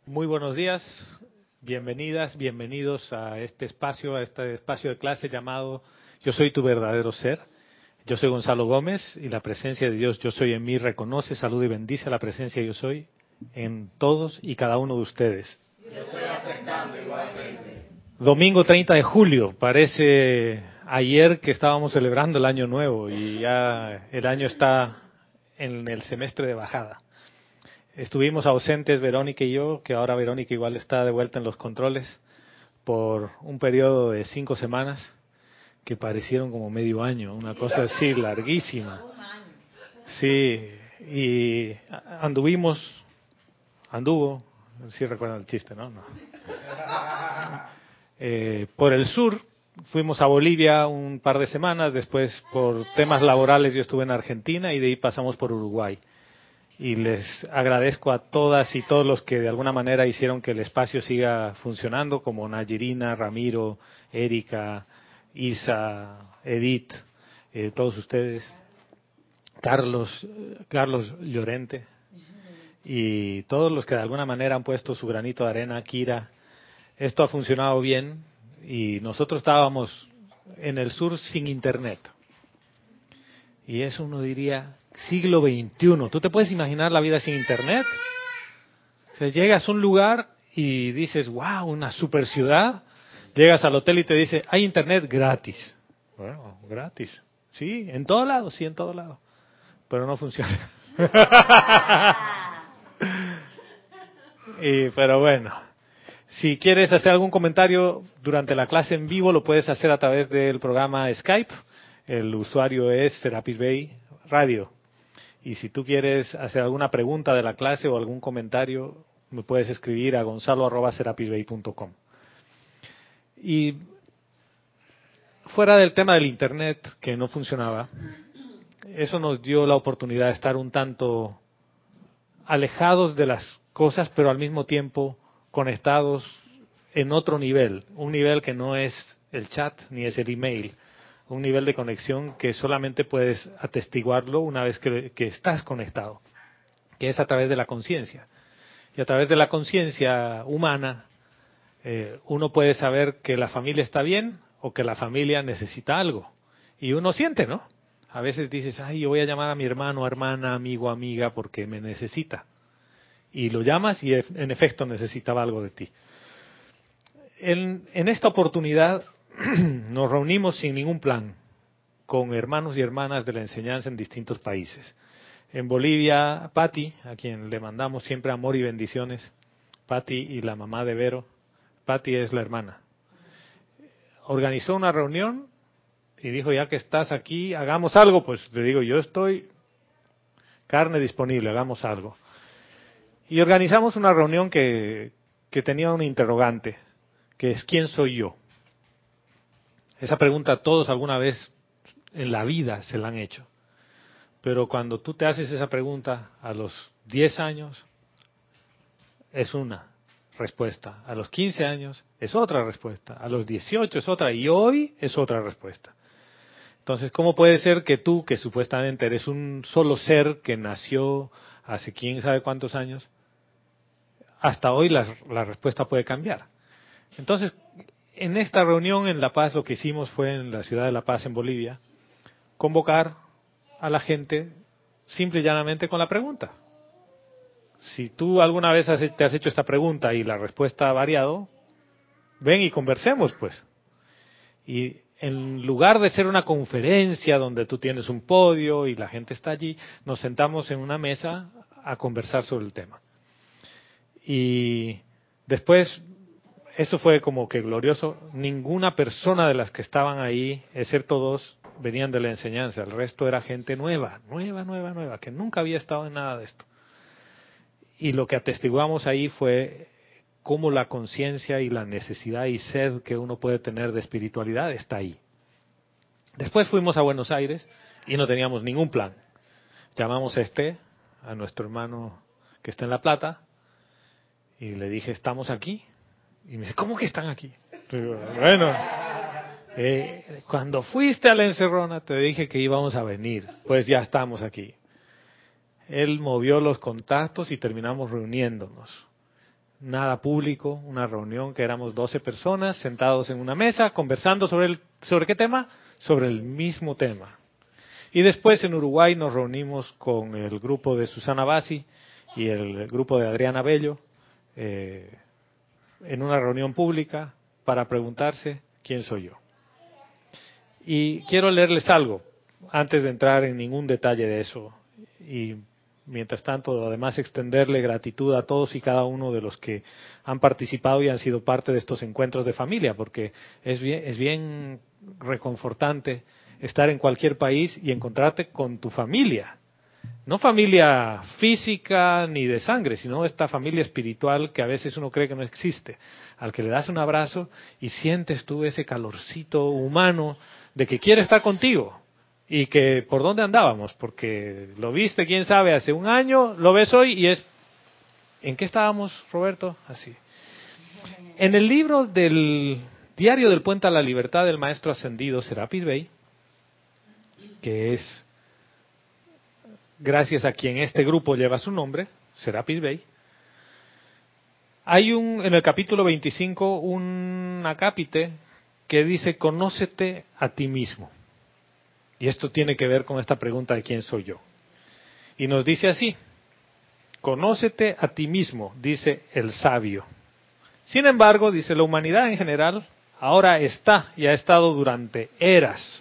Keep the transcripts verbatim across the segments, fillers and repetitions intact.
Muy buenos días, bienvenidas, bienvenidos a este espacio, a este espacio de clase llamado Yo soy tu verdadero ser. Yo soy Gonzalo Gómez y la presencia de Dios Yo soy en mí reconoce, saluda y bendice la presencia Yo soy en todos y cada uno de ustedes. Yo estoy aceptando igualmente. Domingo treinta de julio, parece ayer que estábamos celebrando el año nuevo y ya el año está en el semestre de bajada. Estuvimos ausentes Verónica y yo, que ahora Verónica igual está de vuelta en los controles, por un periodo de cinco semanas que parecieron como medio año, una cosa así larguísima. Sí, y anduvimos, anduvo, sí recuerdan el chiste, ¿no? No. Eh, por el sur, fuimos a Bolivia un par de semanas, después por temas laborales yo estuve en Argentina y de ahí pasamos por Uruguay. Y les agradezco a todas y todos los que de alguna manera hicieron que el espacio siga funcionando, como Nayirina, Ramiro, Erika, Isa, Edith, eh, todos ustedes, Carlos, Carlos Llorente, y todos los que de alguna manera han puesto su granito de arena, Kira. Esto ha funcionado bien y nosotros estábamos en el sur sin internet. Y eso uno diría, siglo veintiuno. ¿Tú te puedes imaginar la vida sin internet? O sea, llegas a un lugar y dices, wow, una super ciudad. Llegas al hotel y te dice, hay internet gratis. Bueno, gratis. Sí, en todo lado, sí, en todo lado. Pero no funciona. y, pero bueno, si quieres hacer algún comentario durante la clase en vivo, lo puedes hacer a través del programa Skype. El usuario es Serapis Bay Radio. Y si tú quieres hacer alguna pregunta de la clase o algún comentario, me puedes escribir a gonzalo arroba serapis bay punto com. Y fuera del tema del internet, que no funcionaba, eso nos dio la oportunidad de estar un tanto alejados de las cosas, pero al mismo tiempo conectados en otro nivel, un nivel que no es el chat ni es el email, un nivel de conexión que solamente puedes atestiguarlo una vez que, que estás conectado, que es a través de la conciencia. Y a través de la conciencia humana, eh, uno puede saber que la familia está bien o que la familia necesita algo. Y uno siente, ¿no? A veces dices, ay, yo voy a llamar a mi hermano, hermana, amigo, amiga, porque me necesita. Y lo llamas y en efecto necesitaba algo de ti. En, en esta oportunidad nos reunimos sin ningún plan con hermanos y hermanas de la enseñanza en distintos países. En Bolivia, Patti, a quien le mandamos siempre amor y bendiciones, Patti y la mamá de Vero, Patti es la hermana, organizó una reunión y dijo, ya que estás aquí, hagamos algo. Pues le digo, yo estoy carne disponible, hagamos algo. Y organizamos una reunión que, que tenía un interrogante, que es ¿quién soy yo? Esa pregunta todos alguna vez en la vida se la han hecho. Pero cuando tú te haces esa pregunta a los diez años, es una respuesta. A los quince años es otra respuesta. A los dieciocho es otra. Y hoy es otra respuesta. Entonces, ¿cómo puede ser que tú, que supuestamente eres un solo ser que nació hace quién sabe cuántos años, hasta hoy la, la respuesta puede cambiar? Entonces, en esta reunión en La Paz, lo que hicimos fue en la ciudad de La Paz, en Bolivia, convocar a la gente simple y llanamente con la pregunta. Si tú alguna vez has, te has hecho esta pregunta y la respuesta ha variado, ven y conversemos, pues. Y en lugar de ser una conferencia donde tú tienes un podio y la gente está allí, nos sentamos en una mesa a conversar sobre el tema. Y después, eso fue como que glorioso. Ninguna persona de las que estaban ahí, excepto dos, venían de la enseñanza. El resto era gente nueva, nueva, nueva, nueva, que nunca había estado en nada de esto. Y lo que atestiguamos ahí fue cómo la conciencia y la necesidad y sed que uno puede tener de espiritualidad está ahí. Después fuimos a Buenos Aires y no teníamos ningún plan. Llamamos a este, a nuestro hermano que está en La Plata, y le dije, ¿estamos aquí? Y me dice, ¿cómo que están aquí? Digo, bueno, eh, cuando fuiste a la encerrona te dije que íbamos a venir, pues ya estamos aquí. Él movió los contactos y terminamos reuniéndonos. nada público, una reunión que éramos doce personas sentados en una mesa conversando sobre el, ¿sobre qué tema? Sobre el mismo tema. Y después en Uruguay nos reunimos con el grupo de Susana Bassi y el grupo de Adriana Bello eh, en una reunión pública para preguntarse quién soy yo. Y quiero leerles algo antes de entrar en ningún detalle de eso. Y mientras tanto, además, extenderle gratitud a todos y cada uno de los que han participado y han sido parte de estos encuentros de familia, porque es bien, es bien reconfortante estar en cualquier país y encontrarte con tu familia. No familia física ni de sangre, sino esta familia espiritual que a veces uno cree que no existe, al que le das un abrazo y sientes tú ese calorcito humano de que quiere estar contigo. Y que por dónde andábamos, porque lo viste, quién sabe, hace un año, lo ves hoy y es... ¿En qué estábamos, Roberto? Así. En el libro del Diario del Puente a la Libertad del Maestro Ascendido Serapis Bey, que es gracias a quien este grupo lleva su nombre, Serapis Bey, hay un, en el capítulo veinticinco un acápite que dice, conócete a ti mismo. Y esto tiene que ver con esta pregunta de quién soy yo. Y nos dice así, conócete a ti mismo, dice el sabio. Sin embargo, dice, la humanidad en general ahora está y ha estado durante eras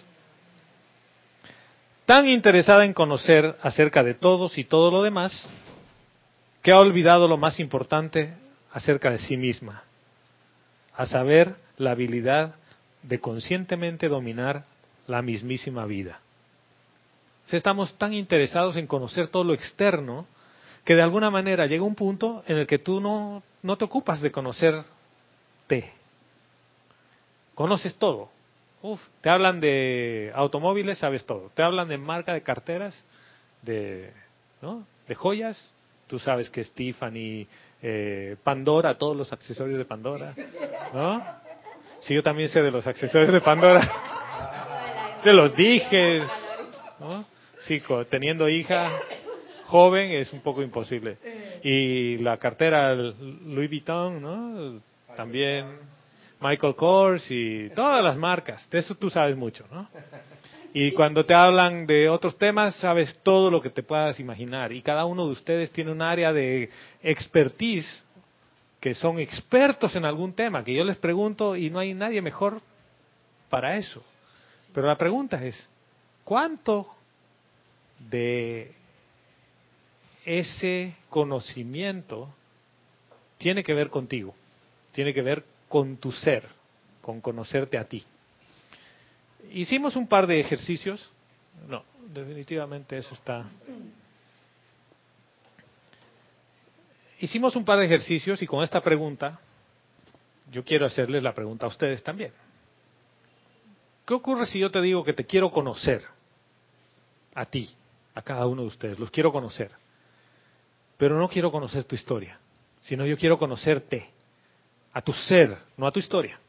tan interesada en conocer acerca de todos y todo lo demás, que ha olvidado lo más importante acerca de sí misma, a saber, la habilidad de conscientemente dominar la mismísima vida. O sea, estamos tan interesados en conocer todo lo externo que de alguna manera llega un punto en el que tú no, no te ocupas de conocerte. Conoces todo. Uf, te hablan de automóviles, sabes todo. Te hablan de marca de carteras, de, ¿no? de joyas. Tú sabes que Tiffany, eh, Pandora, todos los accesorios de Pandora, ¿no? Sí, yo también sé de los accesorios de Pandora, de los dijes, ¿no? Sí, teniendo hija joven es un poco imposible. Y la cartera Louis Vuitton, ¿no? También Michael Kors y todas las marcas. De eso tú sabes mucho, ¿no? Y cuando te hablan de otros temas, sabes todo lo que te puedas imaginar. Y cada uno de ustedes tiene un área de expertise, que son expertos en algún tema, que yo les pregunto y no hay nadie mejor para eso. Pero la pregunta es, ¿cuánto de ese conocimiento tiene que ver contigo? Tiene que ver con tu ser, con conocerte a ti. Hicimos un par de ejercicios. No, definitivamente eso está. Hicimos un par de ejercicios y con esta pregunta, yo quiero hacerles la pregunta a ustedes también. ¿Qué ocurre si yo te digo que te quiero conocer? A ti, a cada uno de ustedes, los quiero conocer. Pero no quiero conocer tu historia, sino yo quiero conocerte, a tu ser, no a tu historia.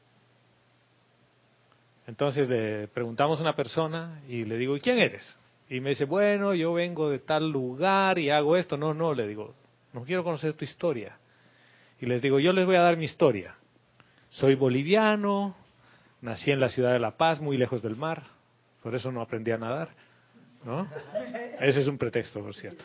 Entonces le preguntamos a una persona y le digo, ¿y quién eres? Y me dice, bueno, yo vengo de tal lugar y hago esto. No, no, le digo, no quiero conocer tu historia. Y les digo, yo les voy a dar mi historia. Soy boliviano, nací en la ciudad de La Paz, muy lejos del mar, por eso no aprendí a nadar, ¿no? Ese es un pretexto, por cierto.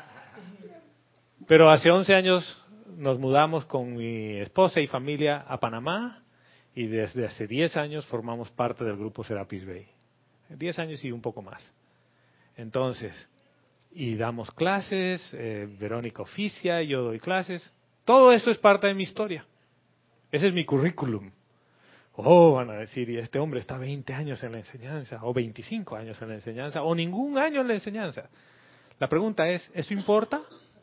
Pero hace once años nos mudamos con mi esposa y familia a Panamá y desde hace diez años formamos parte del grupo Serapis Bey. diez años y un poco más. Entonces, y damos clases, eh, Verónica oficia, yo doy clases. Todo esto es parte de mi historia. Ese es mi currículum. Oh, van a decir, y este hombre está veinte años en la enseñanza, o veinticinco años en la enseñanza, o ningún año en la enseñanza. La pregunta es, ¿eso importa?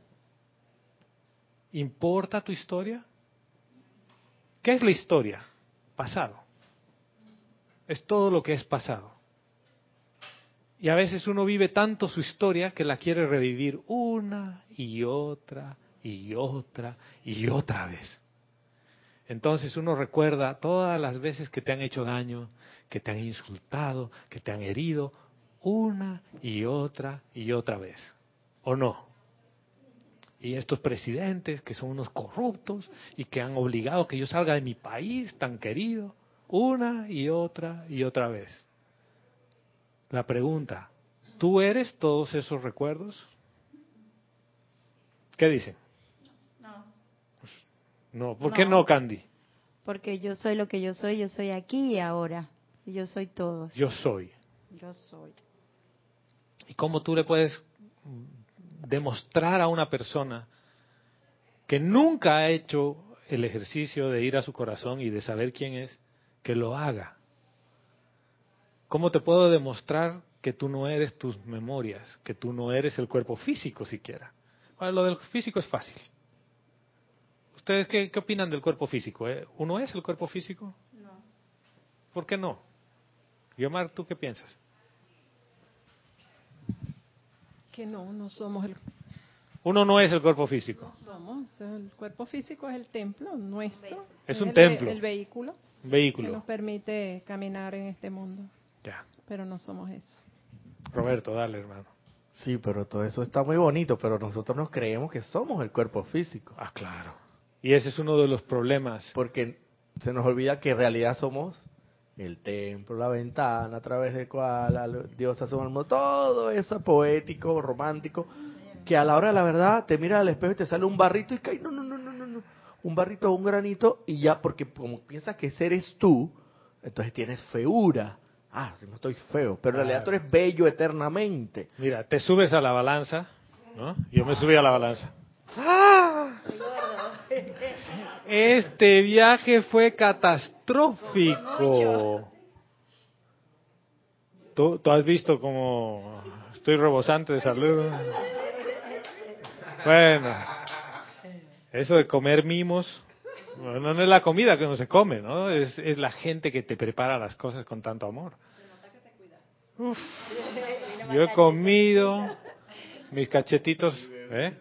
¿Importa tu historia? ¿Qué es la historia? Pasado. Es todo lo que es pasado. Y a veces uno vive tanto su historia que la quiere revivir una y otra y otra y otra vez. Entonces uno recuerda todas las veces que te han hecho daño, que te han insultado, que te han herido, una y otra y otra vez. ¿O no? Y estos presidentes que son unos corruptos y que han obligado que yo salga de mi país tan querido, una y otra y otra vez. La pregunta, ¿tú eres todos esos recuerdos? ¿Qué dicen? No. No, ¿por qué no, Candy? Porque yo soy lo que yo soy, yo soy aquí y ahora. Y yo soy todo. Yo soy. Yo soy. ¿Y cómo tú le puedes demostrar a una persona que nunca ha hecho el ejercicio de ir a su corazón y de saber quién es, que lo haga? ¿Cómo te puedo demostrar que tú no eres tus memorias, que tú no eres el cuerpo físico siquiera? Bueno, lo del físico es fácil. ¿Ustedes qué, qué opinan del cuerpo físico? ¿Eh? ¿Uno es el cuerpo físico? No. ¿Por qué no? Yomar, ¿tú qué piensas? Que no, no somos el... Uno no es el cuerpo físico. No somos, el cuerpo físico es el templo nuestro. Es es un el, templo. El vehículo. Un vehículo. Que nos permite caminar en este mundo. Ya. Pero no somos eso. Roberto, dale, hermano. Sí, pero todo eso está muy bonito, pero nosotros nos creemos que somos el cuerpo físico. Ah, claro. Y ese es uno de los problemas. Porque se nos olvida que en realidad somos el templo, la ventana a través del cual Dios asoma el mundo. Todo eso poético, romántico, que a la hora de la verdad te miras al espejo y te sale un barrito y cae, no, no, no, no, no, no. Un barrito o un granito y ya, porque como piensas que ese eres tú, entonces tienes feura. Ah, no estoy feo, pero en realidad tú eres bello eternamente. Mira, te subes a la balanza, ¿no? Yo me subí a la balanza. ¡Ah! Este viaje fue catastrófico. ¿Tú, tú has visto cómo estoy rebosante de salud? Bueno, eso de comer mimos, no, no es la comida que uno se come, ¿no? Es, es la gente que te prepara las cosas con tanto amor. Uf, yo he comido mis cachetitos, ¿eh?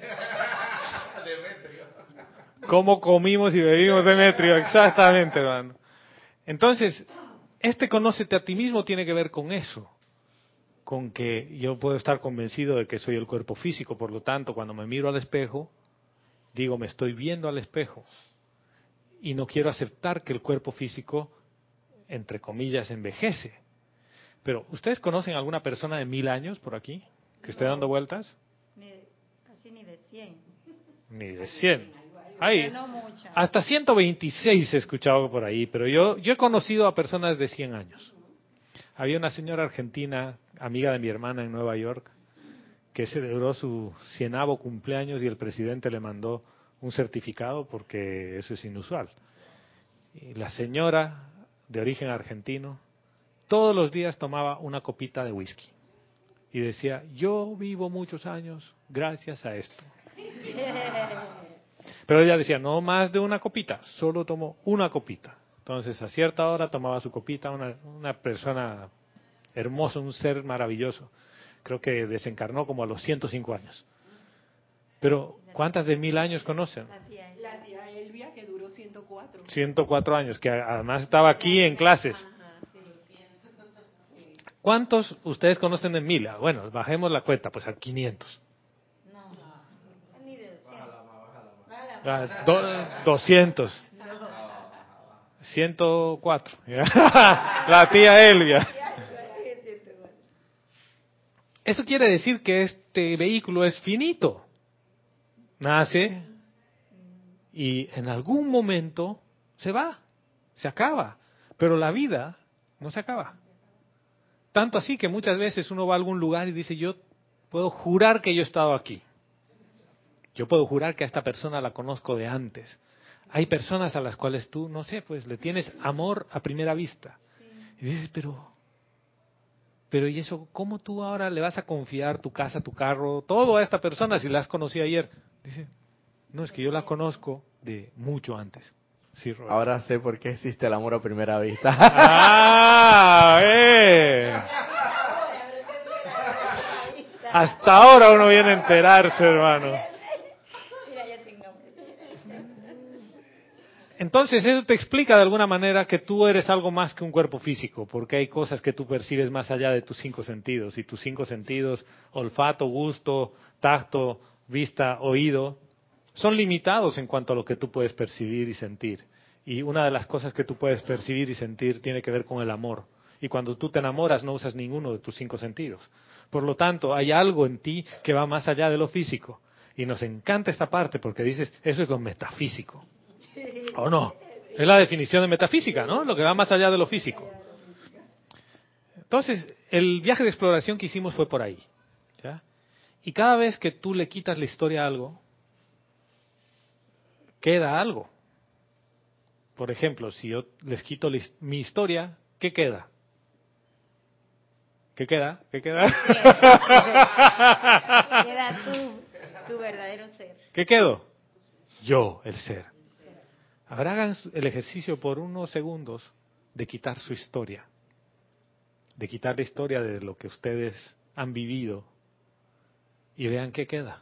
¿Cómo comimos y bebimos, Demetrio? Exactamente, hermano. Entonces, este conócete a ti mismo tiene que ver con eso. Con que yo puedo estar convencido de que soy el cuerpo físico, por lo tanto, cuando me miro al espejo, digo, me estoy viendo al espejo. Y no quiero aceptar que el cuerpo físico, entre comillas, envejece. Pero, ¿ustedes conocen alguna persona de mil años por aquí? ¿Que esté dando vueltas? Ni, casi ni de cien. Ni de cien. Ahí, no mucha. hasta ciento veintiséis he escuchado por ahí, pero yo, yo he conocido a personas de cien años. Había una señora argentina, amiga de mi hermana en Nueva York, que celebró su cienavo cumpleaños y el presidente le mandó un certificado porque eso es inusual. Y la señora, de origen argentino, todos los días tomaba una copita de whisky. Y decía, yo vivo muchos años gracias a esto. Pero ella decía, no más de una copita, solo tomo una copita. Entonces, a cierta hora tomaba su copita, una, una persona hermosa, un ser maravilloso. Creo que desencarnó como a los ciento cinco años. Pero, ¿cuántas de mil años conocen? La tía Elvia, que duró ciento cuatro. ciento cuatro años, que además estaba aquí en clases. ¿Cuántos ustedes conocen de mil? Bueno, bajemos la cuenta, pues a quinientos. Ah, do, doscientos. ciento cuatro. La tía Elvia. Eso quiere decir que este vehículo es finito. Nace y en algún momento se va, se acaba. Pero la vida no se acaba. Tanto así que muchas veces uno va a algún lugar y dice, yo puedo jurar que yo he estado aquí. Yo puedo jurar que a esta persona la conozco de antes. Hay personas a las cuales tú, no sé, pues le tienes amor a primera vista. Y dices, pero, pero ¿y eso? ¿Cómo tú ahora le vas a confiar tu casa, tu carro, todo a esta persona si la has conocido ayer? Dice, no, es que yo la conozco de mucho antes. Sí, Roberto. Ahora sé por qué existe el amor a primera vista. ¡Ah! ¡Eh! Hasta ahora uno viene a enterarse, hermano. Entonces eso te explica de alguna manera que tú eres algo más que un cuerpo físico, porque hay cosas que tú percibes más allá de tus cinco sentidos, y tus cinco sentidos, olfato, gusto, tacto, vista, oído, son limitados en cuanto a lo que tú puedes percibir y sentir. Y una de las cosas que tú puedes percibir y sentir tiene que ver con el amor. Y cuando tú te enamoras no usas ninguno de tus cinco sentidos. Por lo tanto, hay algo en ti que va más allá de lo físico. Y nos encanta esta parte porque dices, eso es lo metafísico. ¿O no? Es la definición de metafísica, ¿no? Lo que va más allá de lo físico. Entonces, el viaje de exploración que hicimos fue por ahí, ¿ya? Y cada vez que tú le quitas la historia a algo, queda algo. Por ejemplo, si yo les quito mi historia, ¿qué queda? ¿Qué queda? ¿Qué queda? Queda tu, tu verdadero ser. ¿Qué quedó? Yo, el ser. Ahora hagan el ejercicio por unos segundos de quitar su historia. De quitar la historia de lo que ustedes han vivido. Y vean qué queda.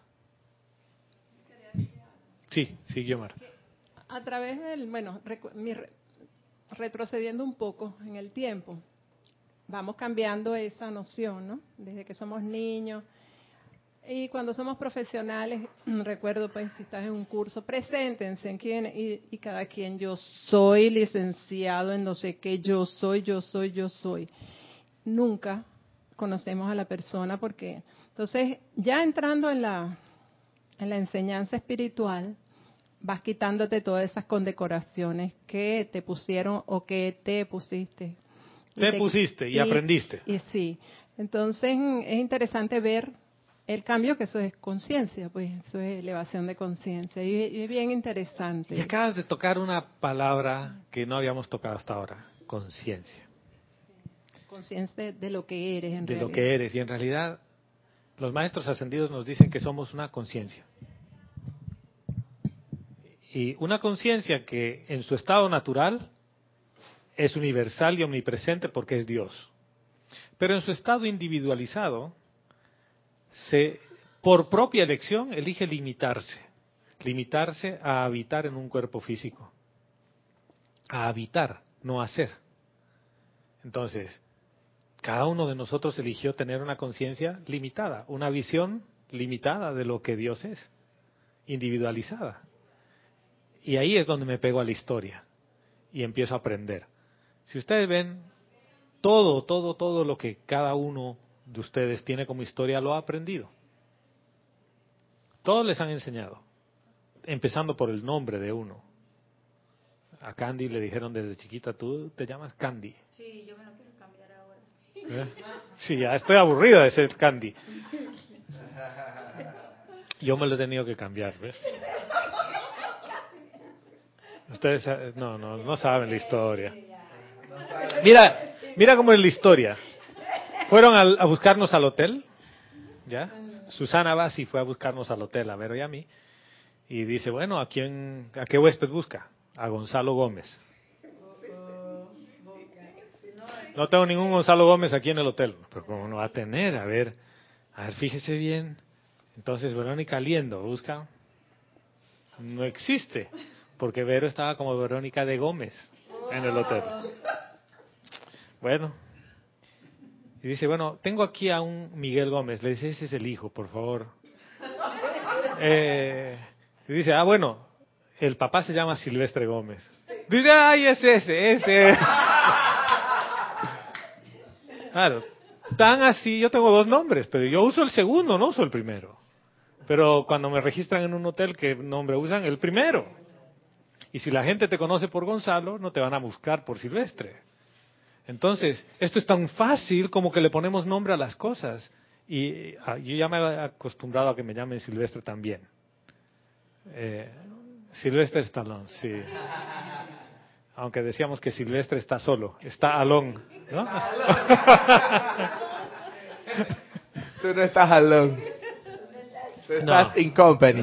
Sí, sí, Guiomar. A través del, bueno, recu- mi re- retrocediendo un poco en el tiempo, vamos cambiando esa noción, ¿no? Desde que somos niños y cuando somos profesionales, recuerdo, pues, si estás en un curso, preséntense en quién y, y cada quien, yo soy licenciado en no sé qué, yo soy, yo soy, yo soy. Nunca conocemos a la persona porque, entonces, ya entrando en la en la enseñanza espiritual, vas quitándote todas esas condecoraciones que te pusieron o que te pusiste. Y te, te pusiste y, y aprendiste. Y sí, entonces es interesante ver el cambio, que eso es conciencia, pues eso es elevación de conciencia y, y es bien interesante. Y acabas de tocar una palabra que no habíamos tocado hasta ahora, conciencia. Conciencia de, de lo que eres en de realidad. lo que eres, y en realidad los maestros ascendidos nos dicen que somos una conciencia. Y una conciencia que en su estado natural es universal y omnipresente porque es Dios. Pero en su estado individualizado, se, por propia elección, elige limitarse. Limitarse a habitar en un cuerpo físico. A habitar, no a ser. Entonces, cada uno de nosotros eligió tener una conciencia limitada, una visión limitada de lo que Dios es, individualizada. Y ahí es donde me pego a la historia y empiezo a aprender. Si ustedes ven, todo, todo, todo lo que cada uno de ustedes tiene como historia lo ha aprendido. Todos les han enseñado, empezando por el nombre de uno. A Candy le dijeron desde chiquita, tú te llamas Candy. Sí, yo me lo quiero cambiar ahora. ¿Eh? Sí, ya estoy aburrido de ser Candy. Yo me lo he tenido que cambiar, ¿ves? Ustedes no, no, no saben la historia. Mira, mira cómo es la historia. Fueron a, a buscarnos al hotel, ¿ya? Susana Bassi fue a buscarnos al hotel, a Vero y a mí, y dice, bueno, ¿a quién, a qué huésped busca? A Gonzalo Gómez. No tengo ningún Gonzalo Gómez aquí en el hotel. Pero ¿cómo no va a tener? A ver, a ver, fíjese bien. Entonces Verónica Liendo busca. No existe, porque Vero estaba como Verónica de Gómez en el hotel. Bueno. Y dice, bueno, tengo aquí a un Miguel Gómez. Le dice, ese es el hijo, por favor. Eh, y dice, ah, bueno, el papá se llama Silvestre Gómez. Dice, ay, es ese, ese. Claro, tan así, yo tengo dos nombres, pero yo uso el segundo, no uso el primero. Pero cuando me registran en un hotel, ¿qué nombre usan? El primero. Y si la gente te conoce por Gonzalo, no te van a buscar por Silvestre. Entonces, esto es tan fácil como que le ponemos nombre a las cosas. Y ah, yo ya me he acostumbrado a que me llamen Silvestre también. Eh, Silvestre Stallone, sí. Aunque decíamos que Silvestre está solo, está alone, ¿no? Tú no estás alone. Tú estás no. in company.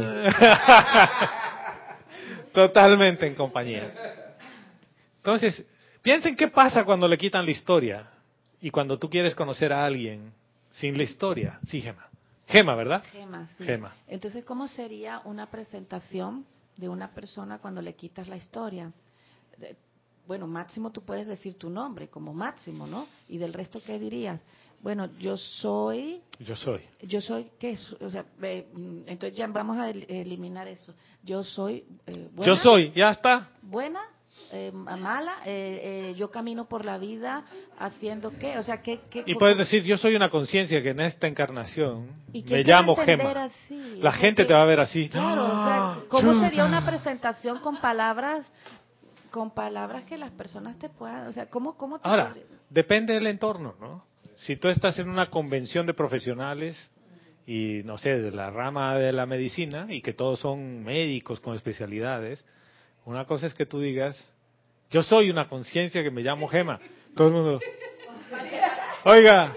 Totalmente en compañía. Entonces, piensen qué pasa cuando le quitan la historia y cuando tú quieres conocer a alguien sin la historia. Sí, Gema. Gema, ¿verdad? Gema, sí. Gema. Entonces, ¿cómo sería una presentación de una persona cuando le quitas la historia? Bueno, máximo tú puedes decir tu nombre como máximo, ¿no? Y del resto, ¿qué dirías? Bueno, yo soy... Yo soy. Yo soy, ¿qué es? O sea, eh, entonces ya vamos a el- eliminar eso. Yo soy eh, buena. Yo soy, ya está. Buena, eh, mala, eh, eh, yo camino por la vida haciendo qué, o sea, qué... qué Y co- puedes decir, yo soy una conciencia que en esta encarnación ¿Y qué me quiero llamo entender Gema. así? La O sea, gente que- te va a ver así. Claro, o ¡Ah! sea, ¿cómo sería Chuta. una presentación con palabras, con palabras que las personas te puedan, o sea, cómo, cómo te Ahora, podría- depende del entorno, ¿no? Si tú estás en una convención de profesionales y, no sé, de la rama de la medicina y que todos son médicos con especialidades, una cosa es que tú digas, yo soy una conciencia que me llamo Gema. Todo el mundo, oiga,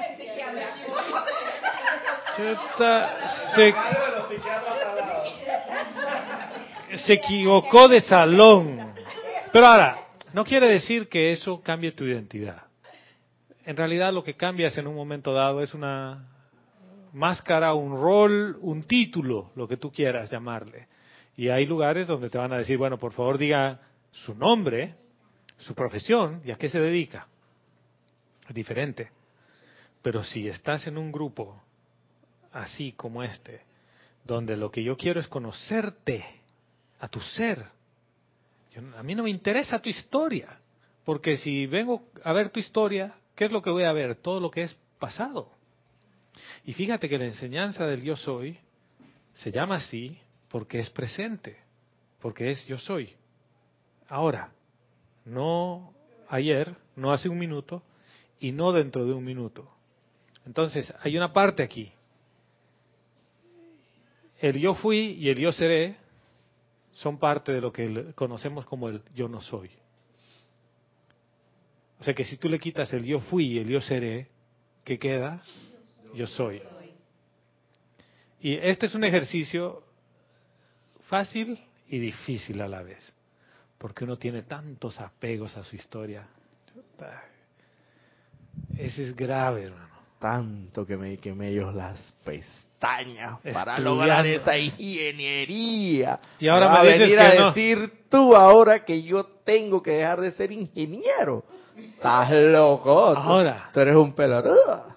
chuta, se, se equivocó de salón. Pero ahora, no quiere decir que eso cambie tu identidad. En realidad lo que cambias en un momento dado es una máscara, un rol, un título, lo que tú quieras llamarle. Y hay lugares donde te van a decir, bueno, por favor diga su nombre, su profesión y a qué se dedica. Es diferente. Pero si estás en un grupo así como este, donde lo que yo quiero es conocerte, a tu ser, yo- a mí no me interesa tu historia, porque si vengo a ver tu historia, ¿qué es lo que voy a ver? Todo lo que es pasado. Y fíjate que la enseñanza del yo soy se llama así porque es presente, porque es yo soy. Ahora, no ayer, no hace un minuto y no dentro de un minuto. Entonces, hay una parte aquí. El yo fui y el yo seré son parte de lo que conocemos como el yo no soy. O sea que si tú le quitas el yo fui y el yo seré, ¿qué queda? Yo soy. Y este es un ejercicio fácil y difícil a la vez, porque uno tiene tantos apegos a su historia. Ese es grave, hermano. Tanto que me quemé ellos las pestañas para Estudiando. lograr esa ingeniería. Y ahora Va me a dices venir que a no. decir tú ahora que yo tengo que dejar de ser ingeniero. Estás loco. Tú- Ahora. Tú eres un pelotudo.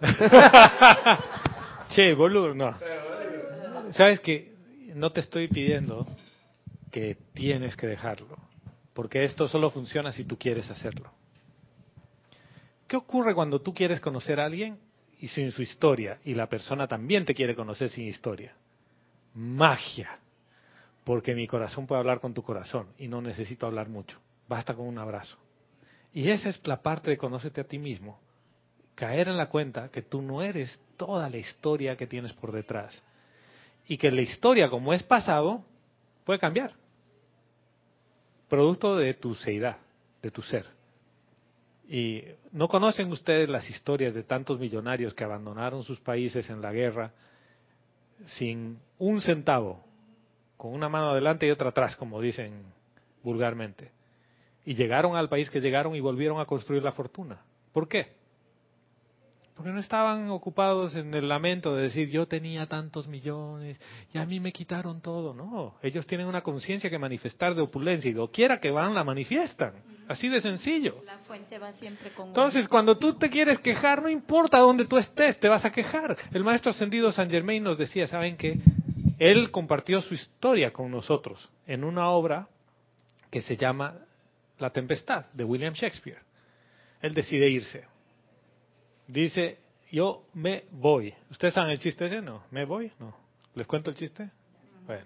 Che, boludo, no. Sabes que no te estoy pidiendo que tienes que dejarlo, porque esto solo funciona si tú quieres hacerlo. ¿Qué ocurre cuando tú quieres conocer a alguien y sin su historia, y la persona también te quiere conocer sin historia? Magia, porque mi corazón puede hablar con tu corazón y no necesito hablar mucho, basta con un abrazo. Y esa es la parte de conócete a ti mismo, caer en la cuenta que tú no eres toda la historia que tienes por detrás, y que la historia, como es pasado, puede cambiar, producto de tu seidad, de tu ser. Y no conocen ustedes las historias de tantos millonarios que abandonaron sus países en la guerra sin un centavo, con una mano adelante y otra atrás, como dicen vulgarmente, y llegaron al país que llegaron y volvieron a construir la fortuna. ¿Por qué? Porque no estaban ocupados en el lamento de decir yo tenía tantos millones y a mí me quitaron todo. No, ellos tienen una conciencia que manifestar de opulencia y doquiera que van la manifiestan. Así de sencillo. La fuente va siempre con Entonces, cuando tú te quieres quejar, no importa dónde tú estés, te vas a quejar. El maestro ascendido Saint Germain nos decía, ¿saben qué? Él compartió su historia con nosotros en una obra que se llama La Tempestad, de William Shakespeare. Él decide irse. Dice, yo me voy. ¿Ustedes saben el chiste ese? No. ¿Me voy? No. ¿Les cuento el chiste? Bueno.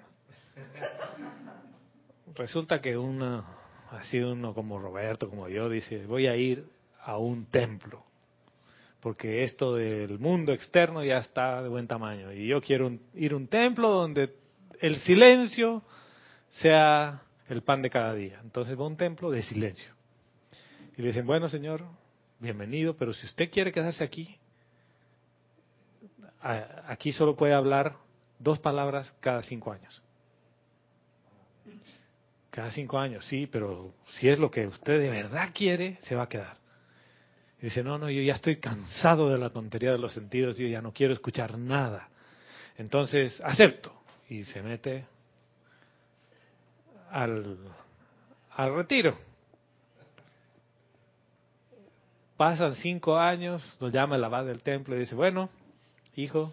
Resulta que uno, así uno como Roberto, como yo, dice, voy a ir a un templo. Porque esto del mundo externo ya está de buen tamaño. Y yo quiero un- ir a un templo donde el silencio sea el pan de cada día. Entonces va a un templo de silencio. Y le dicen, bueno, señor, bienvenido, pero si usted quiere quedarse aquí, a- aquí solo puede hablar dos palabras cada cinco años. Cada cinco años, sí, pero si es lo que usted de verdad quiere, se va a quedar. Y dice, no, no, yo ya estoy cansado de la tontería de los sentidos, yo ya no quiero escuchar nada. Entonces, acepto. Y se mete al, al retiro. Pasan cinco años, nos llama el abad del templo y dice, bueno, hijo,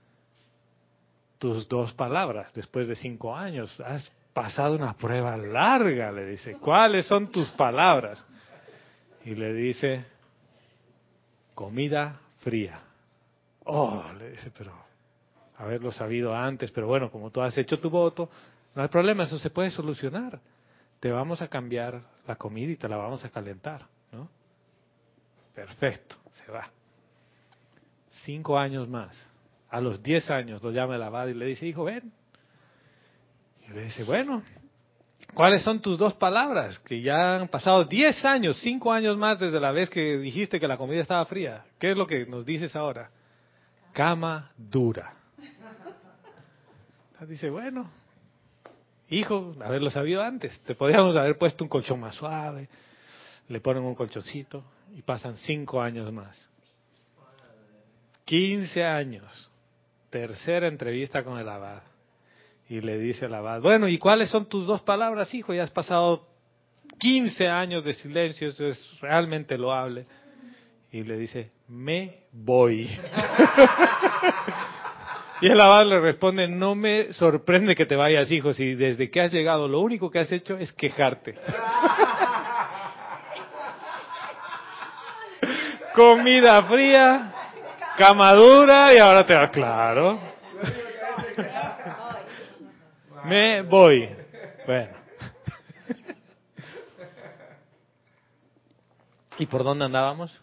tus dos palabras después de cinco años, has pasado una prueba larga, le dice, ¿cuáles son tus palabras? Y le dice, comida fría. Oh, le dice, pero haberlo sabido antes, pero bueno, como tú has hecho tu voto, no hay problema, eso se puede solucionar. Te vamos a cambiar la comida y te la vamos a calentar, ¿no? Perfecto, se va. Cinco años más. A los diez años lo llama el abad y le dice, hijo, ven. Y le dice, bueno, ¿cuáles son tus dos palabras? Que ya han pasado diez años, cinco años más desde la vez que dijiste que la comida estaba fría. ¿Qué es lo que nos dices ahora? Cama dura. Entonces dice, bueno, hijo, haberlo sabido antes. Te podríamos haber puesto un colchón más suave. Le ponen un colchoncito y pasan cinco años más. Quince años. Tercera entrevista con el abad. Y le dice el abad, bueno, ¿y cuáles son tus dos palabras, hijo? Ya has pasado quince años de silencio, eso es realmente loable. Y le dice, me voy. Y el abad le responde, no me sorprende que te vayas, hijo, si desde que has llegado lo único que has hecho es quejarte. Comida fría, cama dura y ahora te va, claro. Me voy. Bueno. ¿Y por dónde andábamos?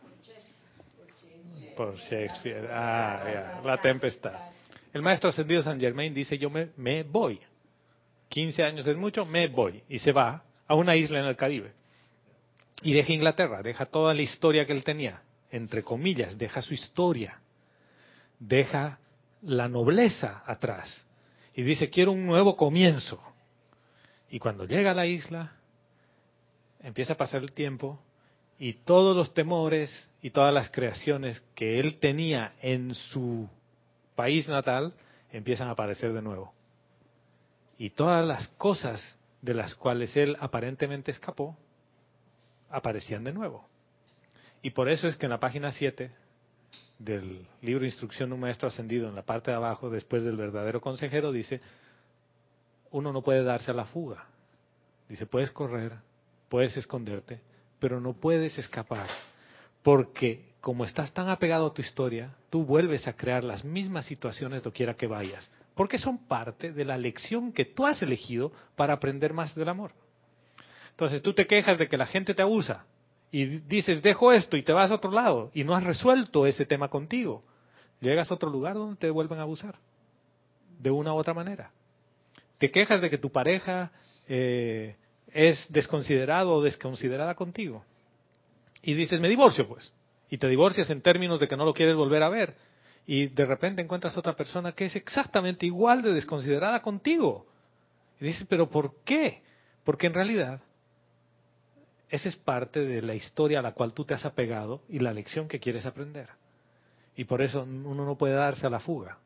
Por Shakespeare. Ah, ya, la tempestad. El maestro ascendido Saint Germain dice, yo me, me voy. quince años es mucho, me voy. Y se va a una isla en el Caribe. Y deja Inglaterra, deja toda la historia que él tenía. Entre comillas, deja su historia. Deja la nobleza atrás. Y dice, quiero un nuevo comienzo. Y cuando llega a la isla, empieza a pasar el tiempo y todos los temores y todas las creaciones que él tenía en su país natal empiezan a aparecer de nuevo. Y todas las cosas de las cuales él aparentemente escapó, aparecían de nuevo. Y por eso es que en la página siete del libro Instrucción de un Maestro Ascendido, en la parte de abajo, después del verdadero consejero, dice, uno no puede darse a la fuga. Dice, puedes correr, puedes esconderte, pero no puedes escapar. Porque como estás tan apegado a tu historia, tú vuelves a crear las mismas situaciones doquiera que vayas. Porque son parte de la lección que tú has elegido para aprender más del amor. Entonces tú te quejas de que la gente te abusa. Y dices, dejo esto y te vas a otro lado. Y no has resuelto ese tema contigo. Llegas a otro lugar donde te vuelven a abusar. De una u otra manera. Te quejas de que tu pareja eh, es desconsiderado o desconsiderada contigo. Y dices, me divorcio pues. Y te divorcias en términos de que no lo quieres volver a ver. Y de repente encuentras otra persona que es exactamente igual de desconsiderada contigo. Y dices, ¿pero por qué? Porque en realidad esa es parte de la historia a la cual tú te has apegado y la lección que quieres aprender. Y por eso uno no puede darse a la fuga.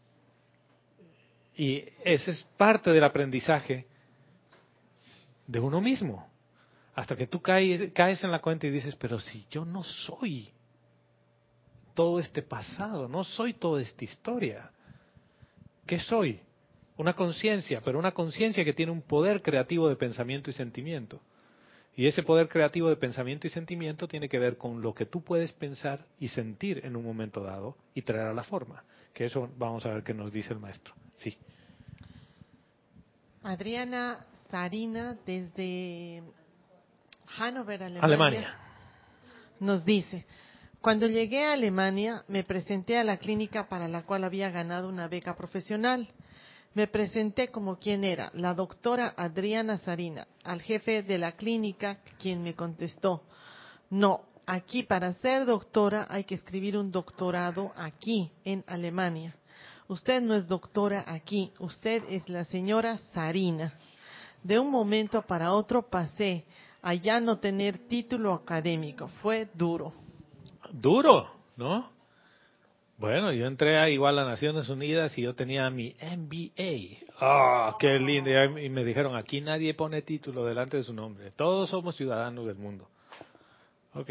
Y ese es parte del aprendizaje de uno mismo. Hasta que tú caes, caes en la cuenta y dices, pero si yo no soy todo este pasado, no soy toda esta historia. ¿Qué soy? Una conciencia, pero una conciencia que tiene un poder creativo de pensamiento y sentimiento. Y ese poder creativo de pensamiento y sentimiento tiene que ver con lo que tú puedes pensar y sentir en un momento dado y traer a la forma. Que eso vamos a ver qué nos dice el maestro. Sí. Adriana Sarina, desde Hannover, Alemania, Alemania, nos dice, cuando llegué a Alemania me presenté a la clínica para la cual había ganado una beca profesional. Me presenté como quien era, la doctora Adriana Sarina, al jefe de la clínica, quien me contestó, no, aquí para ser doctora hay que escribir un doctorado aquí, en Alemania. Usted no es doctora aquí, usted es la señora Sarina. De un momento para otro pasé a ya no tener título académico, fue duro. Duro, ¿no? Bueno, yo entré a igual a Naciones Unidas y yo tenía mi M B A. ¡Oh, qué lindo! Y me dijeron, aquí nadie pone título delante de su nombre. Todos somos ciudadanos del mundo. Ok.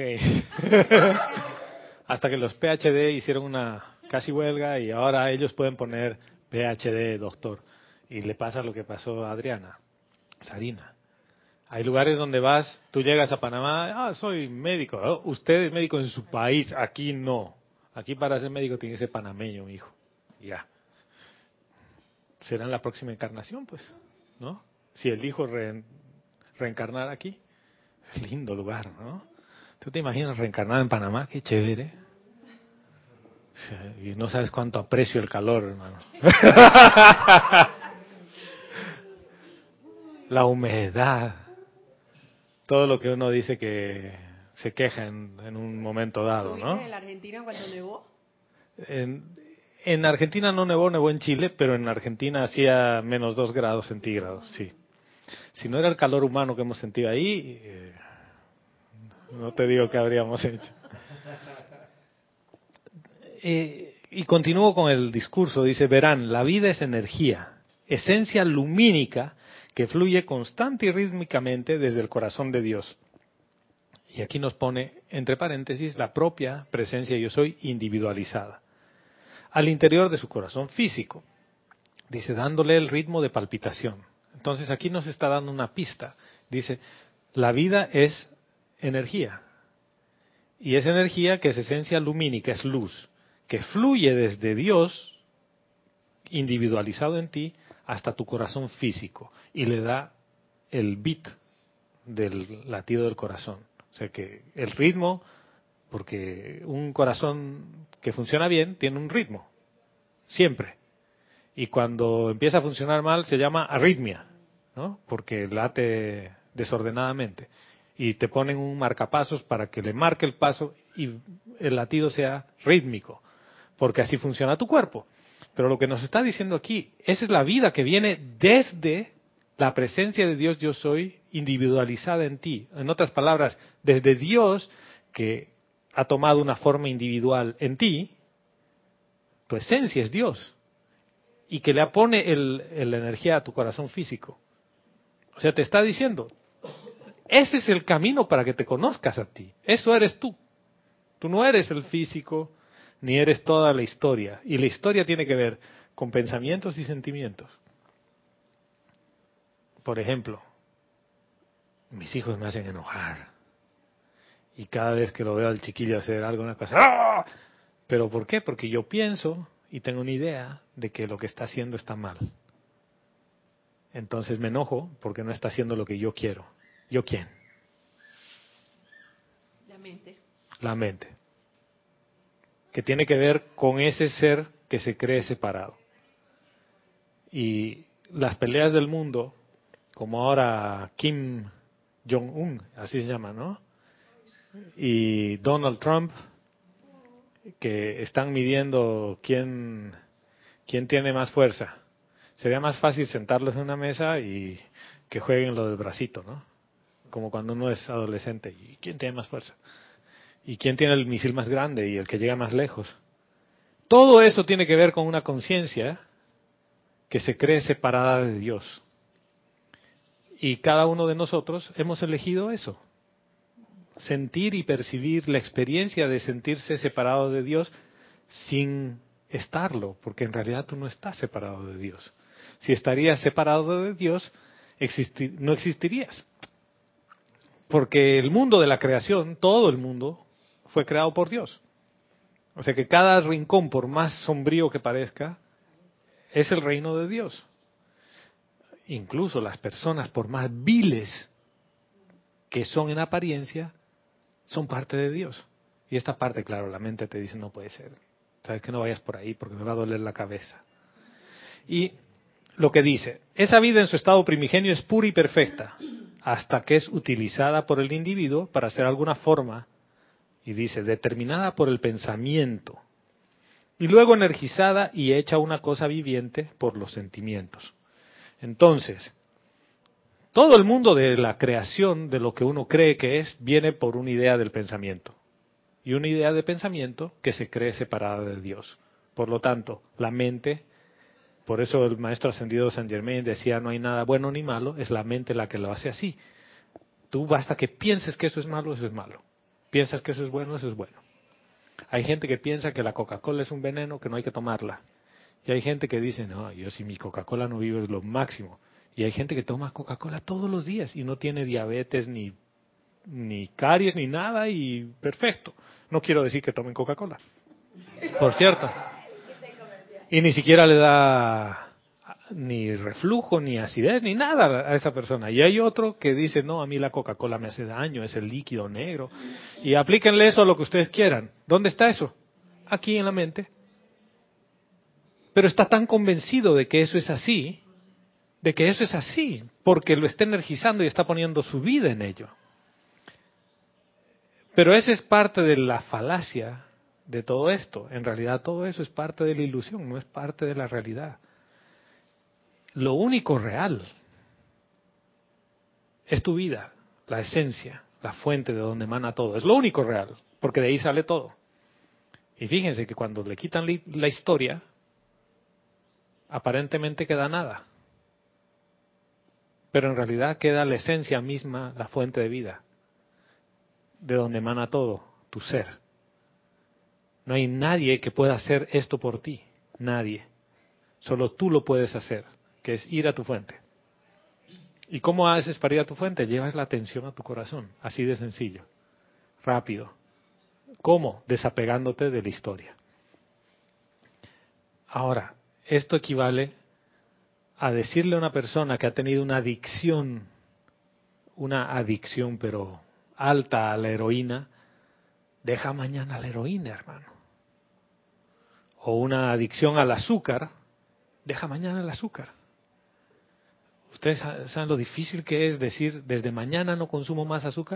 Hasta que los P H D hicieron una casi huelga y ahora ellos pueden poner P H D doctor. Y le pasa lo que pasó a Adriana, Sarina. Hay lugares donde vas, tú llegas a Panamá, ah, soy médico. Oh, usted es médico en su país, aquí no. Aquí para ser médico tiene que ser panameño, mi hijo. Ya. Será en la próxima encarnación, pues, ¿no? Si el hijo re, reencarnar aquí. Es lindo lugar, ¿no? ¿Tú te imaginas reencarnar en Panamá? Qué chévere. O sea, y no sabes cuánto aprecio el calor, hermano. La humedad. Todo lo que uno dice que se queja en, en un momento dado, ¿no? ¿Estuviste en la Argentina cuando nevó? En, en Argentina no nevó, nevó en Chile, pero en Argentina hacía menos dos grados centígrados, sí. Si no era el calor humano que hemos sentido ahí, eh, no te digo qué habríamos hecho. Eh, y continúo con el discurso, dice, verán, la vida es energía, esencia lumínica que fluye constante y rítmicamente desde el corazón de Dios. Y aquí nos pone, entre paréntesis, la propia presencia yo soy individualizada, al interior de su corazón físico. Dice, dándole el ritmo de palpitación. Entonces aquí nos está dando una pista. Dice, la vida es energía. Y es energía que es esencia lumínica, es luz, que fluye desde Dios, individualizado en ti, hasta tu corazón físico. Y le da el beat del latido del corazón. O sea que el ritmo, porque un corazón que funciona bien tiene un ritmo, siempre. Y cuando empieza a funcionar mal se llama arritmia, ¿no? Porque late desordenadamente. Y te ponen un marcapasos para que le marque el paso y el latido sea rítmico, porque así funciona tu cuerpo. Pero lo que nos está diciendo aquí, esa es la vida que viene desde la presencia de Dios yo soy individualizada en ti. En otras palabras, desde Dios que ha tomado una forma individual en ti, tu esencia es Dios. Y que le pone el, el, la energía a tu corazón físico. O sea, te está diciendo, ese es el camino para que te conozcas a ti. Eso eres tú. Tú no eres el físico, ni eres toda la historia. Y la historia tiene que ver con pensamientos y sentimientos. Por ejemplo, mis hijos me hacen enojar. Y cada vez que lo veo al chiquillo hacer algo, una cosa, ¡ah! ¿Pero por qué? Porque yo pienso y tengo una idea de que lo que está haciendo está mal. Entonces me enojo porque no está haciendo lo que yo quiero. ¿Yo quién? La mente. La mente. Que tiene que ver con ese ser que se cree separado. Y las peleas del mundo, como ahora Kim Jong-un, así se llama, ¿no? Y Donald Trump, que están midiendo quién, quién tiene más fuerza. Sería más fácil sentarlos en una mesa y que jueguen lo del bracito, ¿no? Como cuando uno es adolescente. ¿Y quién tiene más fuerza? ¿Y quién tiene el misil más grande y el que llega más lejos? Todo eso tiene que ver con una conciencia que se cree separada de Dios. Y cada uno de nosotros hemos elegido eso. Sentir y percibir la experiencia de sentirse separado de Dios sin estarlo, porque en realidad tú no estás separado de Dios. Si estarías separado de Dios, existir, no existirías. Porque el mundo de la creación, todo el mundo, fue creado por Dios. O sea que cada rincón, por más sombrío que parezca, es el reino de Dios. Incluso las personas, por más viles que son en apariencia, son parte de Dios. Y esta parte, claro, la mente te dice, no puede ser. Sabes que no vayas por ahí porque me va a doler la cabeza. Y lo que dice, esa vida en su estado primigenio es pura y perfecta, hasta que es utilizada por el individuo para hacer alguna forma, y dice, determinada por el pensamiento, y luego energizada y hecha una cosa viviente por los sentimientos. Entonces, todo el mundo de la creación, de lo que uno cree que es, viene por una idea del pensamiento. Y una idea de pensamiento que se cree separada de Dios. Por lo tanto, la mente, por eso el maestro ascendido Saint Germain decía, no hay nada bueno ni malo, es la mente la que lo hace así. Tú basta que pienses que eso es malo, eso es malo. piensas que eso es bueno, eso es bueno. Hay gente que piensa que la Coca-Cola es un veneno, que no hay que tomarla. Y hay gente que dice, no, yo si mi Coca-Cola no vivo es lo máximo. Y hay gente que toma Coca-Cola todos los días y no tiene diabetes, ni, ni caries, ni nada, y perfecto. No quiero decir que tomen Coca-Cola, por cierto. Y ni siquiera le da ni reflujo, ni acidez, ni nada a esa persona. Y hay otro que dice, no, a mí la Coca-Cola me hace daño, es el líquido negro. Y aplíquenle eso a lo que ustedes quieran. ¿Dónde está eso? Aquí en la mente. Pero está tan convencido de que eso es así, de que eso es así, porque lo está energizando y está poniendo su vida en ello. Pero esa es parte de la falacia de todo esto. En realidad todo eso es parte de la ilusión, no es parte de la realidad. Lo único real es tu vida, la esencia, la fuente de donde emana todo. Es lo único real, porque de ahí sale todo. Y fíjense que cuando le quitan la historia, aparentemente queda nada. Pero en realidad queda la esencia misma, la fuente de vida, de donde emana todo, tu ser. No hay nadie que pueda hacer esto por ti, nadie. Solo tú lo puedes hacer, que es ir a tu fuente. ¿Y cómo haces para ir a tu fuente? Llevas la atención a tu corazón, así de sencillo, rápido. ¿Cómo? Desapegándote de la historia. Ahora, esto equivale a decirle a una persona que ha tenido una adicción, una adicción pero alta a la heroína, deja mañana la heroína, hermano. O una adicción al azúcar, deja mañana el azúcar. ¿Ustedes saben lo difícil que es decir, desde mañana no consumo más azúcar?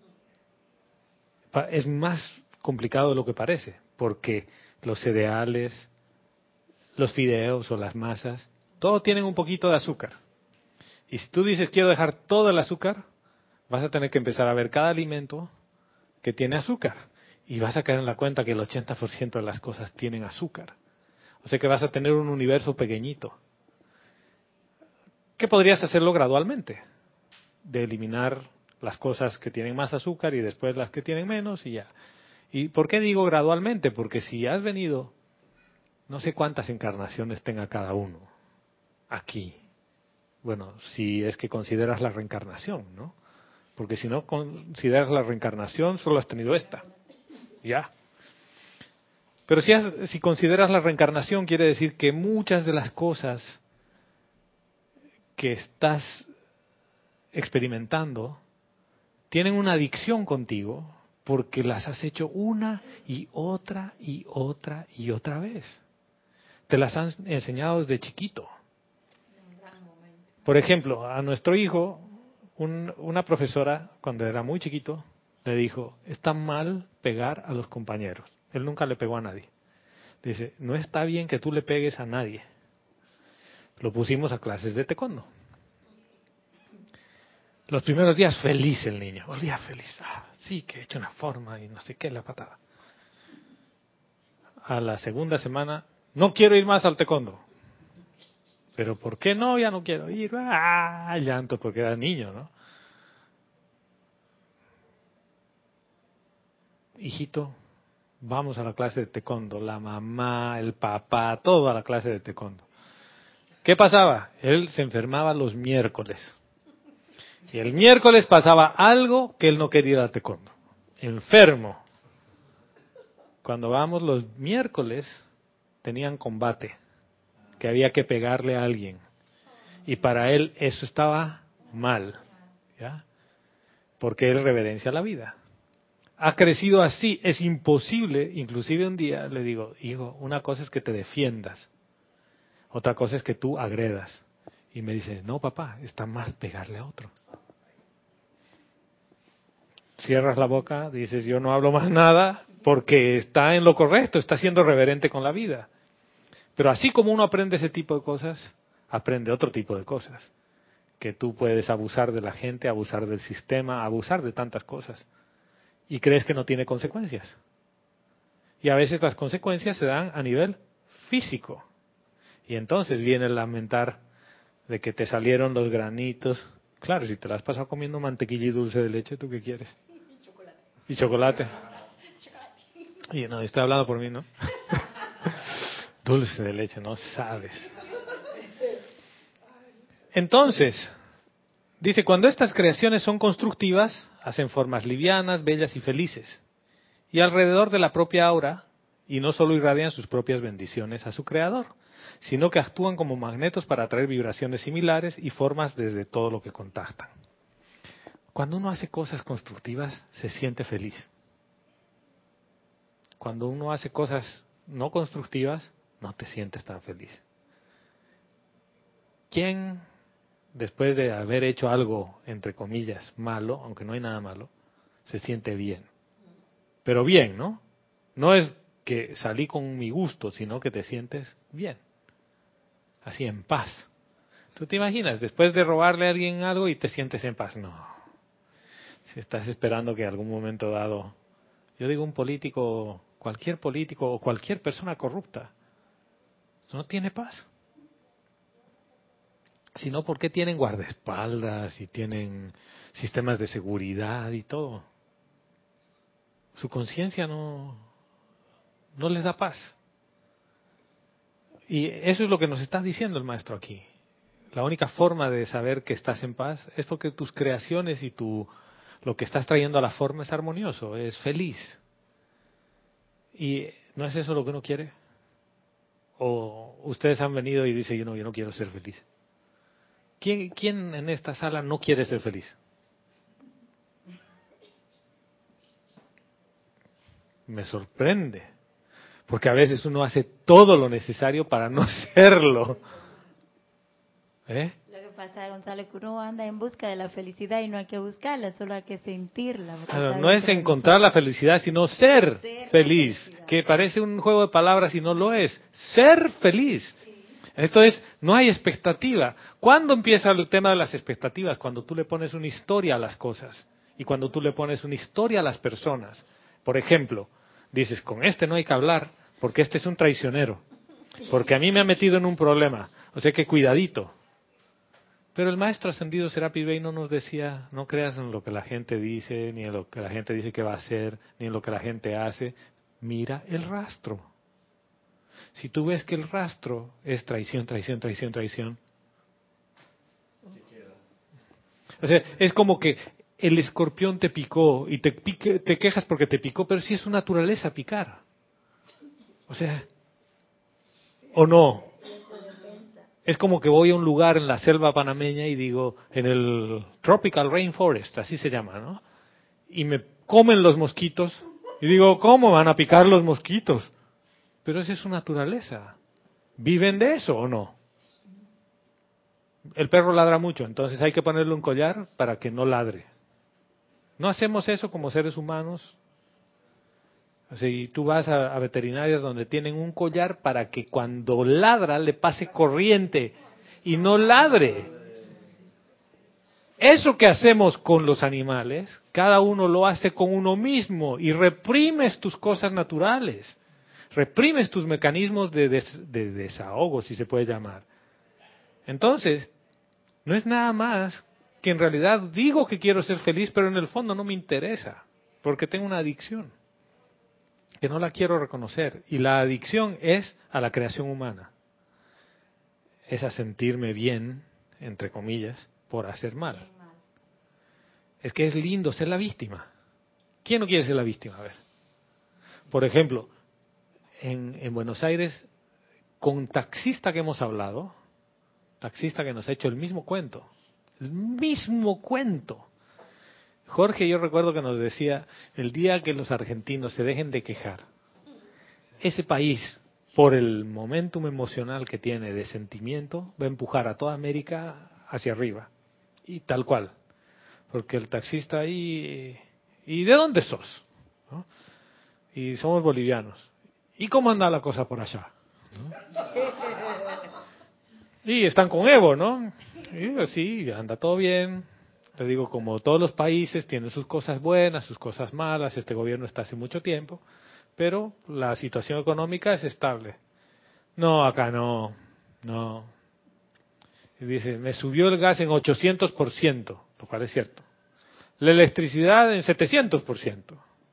Es más complicado de lo que parece, porque los cereales, los fideos o las masas, todos tienen un poquito de azúcar. Y si tú dices quiero dejar todo el azúcar, vas a tener que empezar a ver cada alimento que tiene azúcar. Y vas a caer en la cuenta que el ochenta por ciento de las cosas tienen azúcar. O sea que vas a tener un universo pequeñito. ¿Qué podrías hacerlo gradualmente? De eliminar las cosas que tienen más azúcar y después las que tienen menos y ya. ¿Y por qué digo gradualmente? Porque si has venido, no sé cuántas encarnaciones tenga cada uno aquí. Bueno, si es que consideras la reencarnación, ¿no? Porque si no consideras la reencarnación, solo has tenido esta. Ya. Pero si, has, si consideras la reencarnación, quiere decir que muchas de las cosas que estás experimentando tienen una adicción contigo porque las has hecho una y otra y otra y otra vez. Te las han enseñado desde chiquito. Por ejemplo, a nuestro hijo, un, una profesora, cuando era muy chiquito, le dijo, está mal pegar a los compañeros. Él nunca le pegó a nadie. Dice, no está bien que tú le pegues a nadie. Lo pusimos a clases de taekwondo. Los primeros días feliz el niño, volvía feliz. Ah, sí, que he hecho una forma y no sé qué, la patada. A la segunda semana, no quiero ir más al taekwondo. Pero ¿por qué no? Ya no quiero ir. Ah, llanto porque era niño, ¿no? Hijito, vamos a la clase de taekwondo. La mamá, el papá, todo a la clase de taekwondo. ¿Qué pasaba? Él se enfermaba los miércoles. Y el miércoles pasaba algo que él no quería ir a taekwondo. Enfermo. Cuando vamos los miércoles, tenían combate. Que había que pegarle a alguien. Y para él eso estaba mal. ¿Ya? Porque él reverencia la vida. Ha crecido así, es imposible. Inclusive un día le digo, hijo, una cosa es que te defiendas. Otra cosa es que tú agredas. Y me dice, no papá, está mal pegarle a otro. Cierras la boca, dices, yo no hablo más nada, porque está en lo correcto, está siendo reverente con la vida. Pero así como uno aprende ese tipo de cosas, aprende otro tipo de cosas. Que tú puedes abusar de la gente, abusar del sistema, abusar de tantas cosas. Y crees que no tiene consecuencias. Y a veces las consecuencias se dan a nivel físico. Y entonces viene el lamentar de que te salieron los granitos. Claro, si te la has pasado comiendo mantequilla y dulce de leche, ¿tú qué quieres? Y chocolate. Y no, estoy hablando por mí, ¿no? Dulce de leche, no sabes. Entonces, dice, cuando estas creaciones son constructivas, hacen formas livianas, bellas y felices. Y alrededor de la propia aura, y no solo irradian sus propias bendiciones a su creador, sino que actúan como magnetos para atraer vibraciones similares y formas desde todo lo que contactan. Cuando uno hace cosas constructivas, se siente feliz. Cuando uno hace cosas no constructivas, no te sientes tan feliz. ¿Quién, después de haber hecho algo, entre comillas, malo, aunque no hay nada malo, se siente bien? Pero bien, ¿no? No es que salí con mi gusto, sino que te sientes bien. Así, en paz. ¿Tú te imaginas? Después de robarle a alguien algo y te sientes en paz. No. Si estás esperando que en algún momento dado... Yo digo un político, cualquier político o cualquier persona corrupta, no tiene paz. Sino porque tienen guardaespaldas y tienen sistemas de seguridad y todo. Su conciencia no, no les da paz. Y eso es lo que nos está diciendo el maestro aquí. La única forma de saber que estás en paz es porque tus creaciones y tu, lo que estás trayendo a la forma es armonioso, es feliz. ¿Y no es eso lo que uno quiere? ¿O ustedes han venido y dicen, yo no, yo no quiero ser feliz? ¿Quién, quién en esta sala no quiere ser feliz? Me sorprende, porque a veces uno hace todo lo necesario para no serlo. ¿Eh? Lo que pasa, Gonzalo, es que uno anda en busca de la felicidad y no hay que buscarla, solo hay que sentirla. Claro, no es encontrar la felicidad, sino ser, ser feliz, que parece un juego de palabras y no lo es. Ser feliz. Esto es, no hay expectativa. ¿Cuándo empieza el tema de las expectativas? Cuando tú le pones una historia a las cosas y cuando tú le pones una historia a las personas. Por ejemplo, dices, con este no hay que hablar porque este es un traicionero, porque a mí me ha metido en un problema, o sea que cuidadito. Pero el maestro ascendido Serapis Bey no nos decía, no creas en lo que la gente dice, ni en lo que la gente dice que va a hacer, ni en lo que la gente hace. Mira el rastro. Si tú ves que el rastro es traición, traición, traición, traición. O sea, es como que el escorpión te picó y te, pique, te quejas porque te picó, pero sí es su naturaleza picar. O sea, ¿o no? Es como que voy a un lugar en la selva panameña y digo, en el Tropical Rainforest, así se llama, ¿no? Y me comen los mosquitos y digo, ¿cómo van a picar los mosquitos? Pero esa es su naturaleza. ¿Viven de eso o no? El perro ladra mucho, entonces hay que ponerle un collar para que no ladre. ¿No hacemos eso como seres humanos? O sea, y tú vas a, a veterinarias donde tienen un collar para que cuando ladra le pase corriente y no ladre. Eso que hacemos con los animales, cada uno lo hace con uno mismo y reprimes tus cosas naturales. Reprimes tus mecanismos de, des, de desahogo, si se puede llamar. Entonces, no es nada más que en realidad digo que quiero ser feliz, pero en el fondo no me interesa, porque tengo una adicción, que no la quiero reconocer. Y la adicción es a la creación humana. Es a sentirme bien, entre comillas, por hacer mal. Es que es lindo ser la víctima. ¿Quién no quiere ser la víctima? A ver. Por ejemplo, En, en Buenos Aires, con taxista que hemos hablado, taxista que nos ha hecho el mismo cuento, el mismo cuento. Jorge, yo recuerdo que nos decía, el día que los argentinos se dejen de quejar, ese país, por el momentum emocional que tiene de sentimiento, va a empujar a toda América hacia arriba. Y tal cual. Porque el taxista ahí, ¿y de dónde sos? ¿No? Y somos bolivianos. ¿Y cómo anda la cosa por allá? ¿No? Y están con Evo, ¿no? Y sí, anda todo bien. Te digo, como todos los países tienen sus cosas buenas, sus cosas malas. Este gobierno está hace mucho tiempo, pero la situación económica es estable. No, acá no, no. Y dice, me subió el gas en ochocientos por ciento, lo cual es cierto. La electricidad en setecientos por ciento.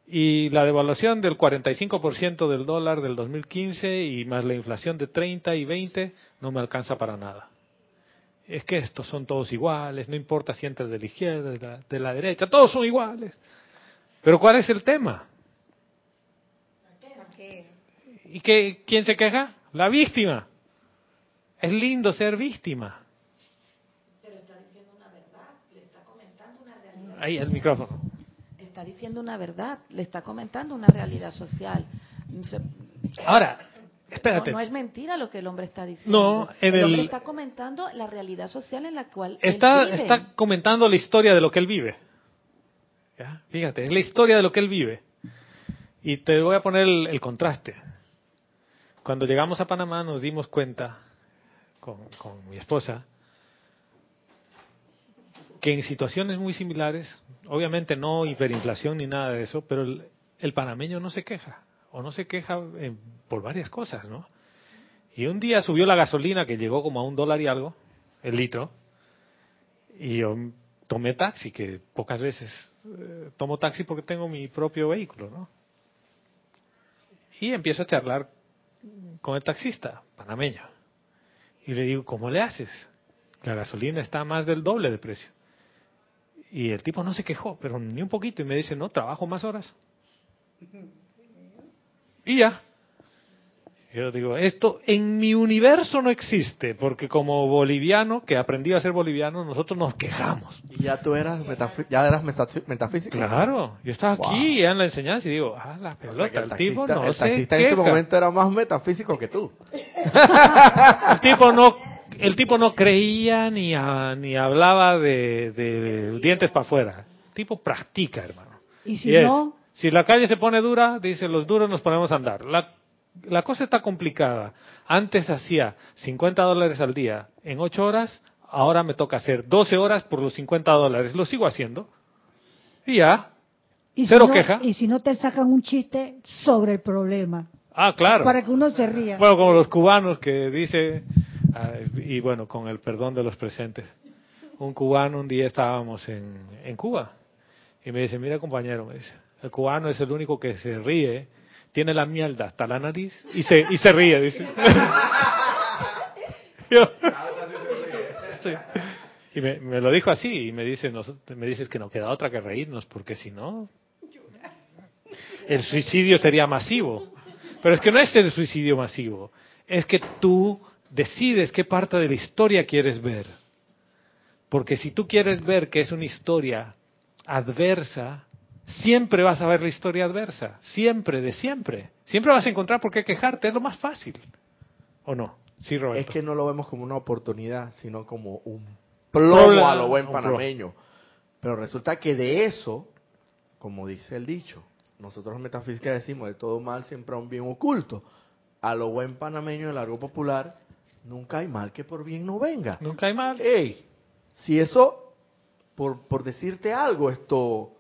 Y la devaluación del cuarenta y cinco por ciento del dólar del dos mil quince y más la inflación de treinta y veinte no me alcanza para nada. Es que estos son todos iguales, no importa si entras de la izquierda, de la, de la derecha, todos son iguales. Pero ¿cuál es el tema? ¿Y qué, quién se queja? La víctima. Es lindo ser víctima. Pero está diciendo una verdad, le está comentando una realidad. Ahí, el micrófono. Está diciendo una verdad, le está comentando una realidad social. Se- Ahora, espérate. No, no es mentira lo que el hombre está diciendo. No, en el, el- hombre está comentando la realidad social en la cual Está, él vive. está comentando la historia de lo que él vive. ¿Ya? Fíjate, es la historia de lo que él vive. Y te voy a poner el, el contraste. Cuando llegamos a Panamá nos dimos cuenta, con, con mi esposa, que en situaciones muy similares, obviamente no hiperinflación ni nada de eso, pero el, el panameño no se queja, o no se queja en- por varias cosas, ¿no? Y un día subió la gasolina, que llegó como a un dólar y algo, el litro, y yo tomé taxi, que pocas veces eh, tomo taxi porque tengo mi propio vehículo, ¿no? Y empiezo a charlar con el taxista panameño. Y le digo, ¿cómo le haces? La gasolina está a más del doble de precio. Y el tipo no se quejó, pero ni un poquito. Y me dice, no, trabajo más horas. Y ya. Yo digo, esto en mi universo no existe, porque como boliviano, que aprendí a ser boliviano, nosotros nos quejamos. Y ya tú eras, metafí- ya eras metafí- metafísico. Claro, yo estaba Wow. aquí ya en la enseñanza y digo, ah, la O sea, pelota, que el, tipo taxista- no el se taxista queja. en ese momento era más metafísico que tú. El tipo no, el tipo no creía ni a- ni hablaba de, de dientes para afuera. El tipo practica, hermano. Y si es, no, si la calle se pone dura, dice, los duros nos ponemos a andar. La, la cosa está complicada. Antes hacía cincuenta dólares al día en ocho horas, ahora me toca hacer doce horas por los cincuenta dólares. Lo sigo haciendo. Y ya. y si Cero no, queja. y si no te sacan un chiste sobre el problema, Ah, claro. para que uno se ría. Bueno, como los cubanos que dice, ah, y bueno, con el perdón de los presentes, un cubano un día estábamos en, en Cuba y me dice, mira compañero, me dice, el cubano es el único que se ríe, tiene la mierda hasta la nariz y se y se ríe, dice. Yo- Sí. Y me, me lo dijo así y me dice, nos- me dices que no queda otra que reírnos porque si no el suicidio sería masivo. Pero es que no es el suicidio masivo, es que tú decides qué parte de la historia quieres ver. Porque si tú quieres ver que es una historia adversa, siempre vas a ver la historia adversa, siempre, de siempre. Siempre vas a encontrar por qué quejarte, es lo más fácil. ¿O no? Sí, Roberto. Es que no lo vemos como una oportunidad, sino como un plomo a lo buen Un plomo. panameño. Pero resulta que de eso, como dice el dicho, nosotros en metafísica decimos, de todo mal siempre hay un bien oculto. A lo buen panameño del largo popular, nunca hay mal que por bien no venga. Nunca hay mal. Ey, si eso, por, por decirte algo, esto,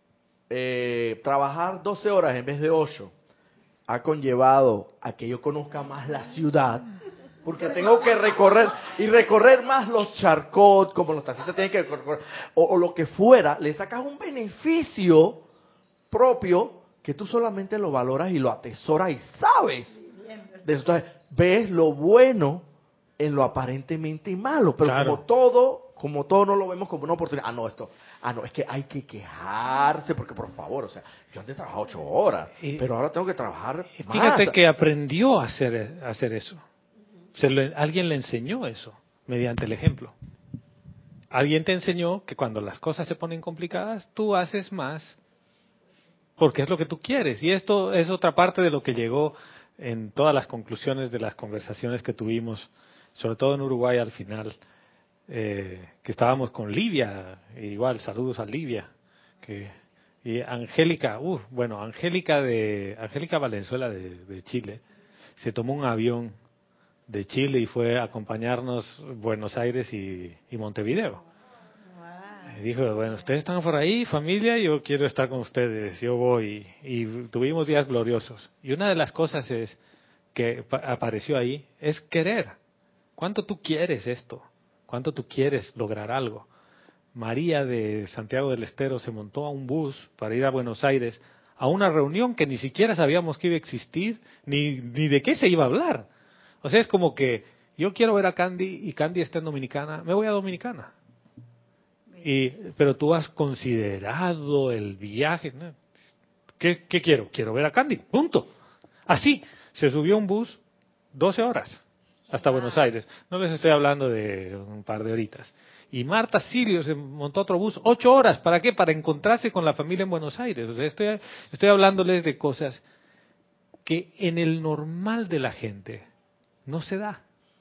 eh, trabajar doce horas en vez de ocho, ha conllevado a que yo conozca más la ciudad, porque tengo que recorrer y recorrer más los charcot, como los taxistas tienen que recorrer, o, o lo que fuera, le sacas un beneficio propio que tú solamente lo valoras y lo atesoras y sabes. De eso, entonces, ves lo bueno en lo aparentemente malo, pero Claro. como todo, como todo no lo vemos como una oportunidad. Ah, no, esto, ah, no, es que hay que quejarse, porque por favor, o sea, yo antes trabajaba ocho horas, Y- pero ahora tengo que trabajar Y más. Fíjate que aprendió a hacer, a hacer eso. Se le- alguien le enseñó eso mediante el ejemplo. Alguien te enseñó que cuando las cosas se ponen complicadas, tú haces más porque es lo que tú quieres. Y esto es otra parte de lo que llegó en todas las conclusiones de las conversaciones que tuvimos, sobre todo en Uruguay al final, eh, que estábamos con Livia, e igual saludos a Livia, que y Angélica, uh, bueno, Angélica de Angélica Valenzuela de, de Chile, se tomó un avión de Chile y fue a acompañarnos Buenos Aires y, y Montevideo. Y dijo, bueno, ustedes están por ahí, familia, yo quiero estar con ustedes, yo voy. Y tuvimos días gloriosos. Y una de las cosas es que pa- apareció ahí es querer. ¿Cuánto tú quieres esto? ¿Cuánto tú quieres lograr algo? María de Santiago del Estero se montó a un bus para ir a Buenos Aires a a una reunión que ni siquiera sabíamos que iba a existir, ni, ni de qué se iba a hablar. O sea, es como que yo quiero ver a Candy y Candy está en Dominicana, me voy a Dominicana. Y, pero tú has considerado el viaje. ¿No? ¿Qué, ¿Qué quiero? Quiero ver a Candy, punto. Así, se subió un bus doce horas hasta Buenos Aires. No les estoy hablando de un par de horitas. Y Marta Silio se montó otro bus ocho horas. ¿Para qué? Para encontrarse con la familia en Buenos Aires. O sea, estoy, estoy hablándoles de cosas que en el normal de la gente no se da.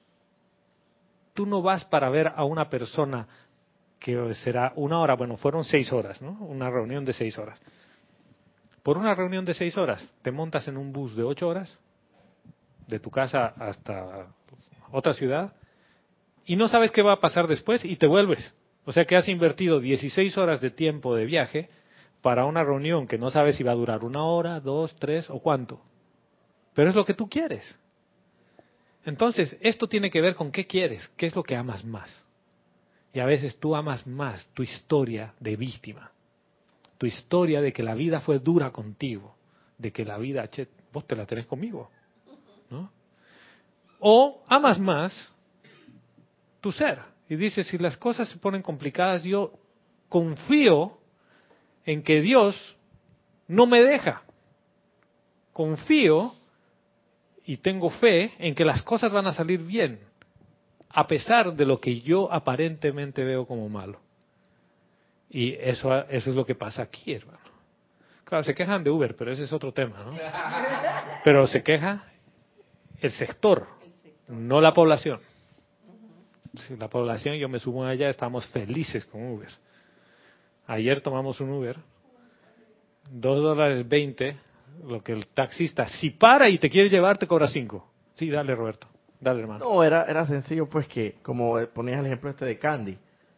Tú no vas para ver a una persona que será una hora, bueno, fueron seis horas, ¿no? Una reunión de seis horas. Por una reunión de seis horas, te montas en un bus de ocho horas, de tu casa hasta otra ciudad, y no sabes qué va a pasar después y te vuelves. O sea que has invertido dieciséis horas de tiempo de viaje para una reunión que no sabes si va a durar una hora, dos, tres o cuánto. Pero es lo que tú quieres. Entonces, esto tiene que ver con qué quieres, qué es lo que amas más. Y a veces tú amas más tu historia de víctima, tu historia de que la vida fue dura contigo, de que la vida, che, vos te la tenés conmigo, ¿no? O amas más tu ser y dices, si las cosas se ponen complicadas, yo confío en que Dios no me deja. Confío y tengo fe en que las cosas van a salir bien, a pesar de lo que yo aparentemente veo como malo. Y eso, eso es lo que pasa aquí, hermano. Claro, se quejan de Uber, pero ese es otro tema, ¿no? Pero se queja el sector, no la población. Si la población, yo me subo allá, estamos felices con Uber. Ayer tomamos un Uber, dos dólares veinte, lo que el taxista, si para y te quiere llevar, te cobra cinco. Sí, dale, Roberto. Dale, hermano. No, era, era sencillo, pues, que, como ponías el ejemplo este de Candy,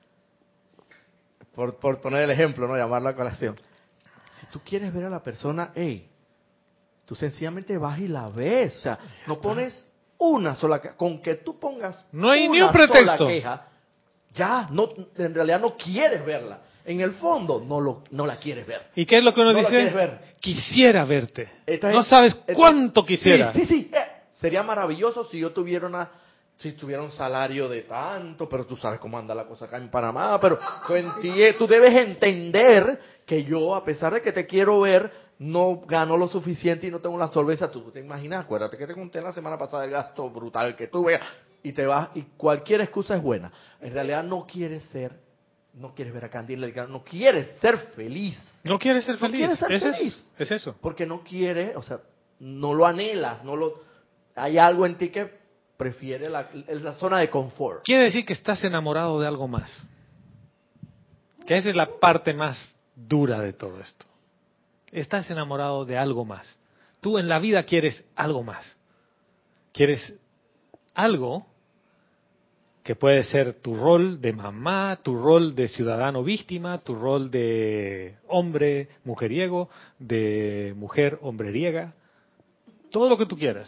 por, por poner el ejemplo, no llamarlo a colación. Si tú quieres ver a la persona, hey, tú sencillamente vas y la ves. O sea, no pones una sola queja. Con que tú pongas no hay una ni un pretexto. sola queja, ya, no, en realidad no quieres verla. En el fondo, no lo no la quieres ver. ¿Y qué es lo que uno no dice? La quieres ver. Quisiera verte. Esta no es, sabes esta, cuánto quisiera. Sí, sí, sí. Eh, sería maravilloso si yo tuviera una... Si tuviera un salario de tanto, pero tú sabes cómo anda la cosa acá en Panamá, pero tú, enti- tú debes entender que yo, a pesar de que te quiero ver, no gano lo suficiente y no tengo la solvencia. Tú te imaginas, acuérdate que te conté la semana pasada el gasto brutal que tuve y te vas, y cualquier excusa es buena. En realidad no quieres ser, no quieres ver a Candy, no quieres ser feliz. No quieres ser No feliz. quieres ser ¿Es, feliz. Eso? es eso. Porque no quieres, o sea, no lo anhelas, no lo... Hay algo en ti que prefiere la, la zona de confort. Quiere decir que estás enamorado de algo más. Que esa es la parte más dura de todo esto. Estás enamorado de algo más. Tú en la vida quieres algo más. Quieres algo que puede ser tu rol de mamá, tu rol de ciudadano víctima, tu rol de hombre mujeriego, de mujer hombreriega, todo lo que tú quieras.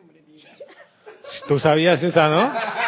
Tú sabías esa, ¿no?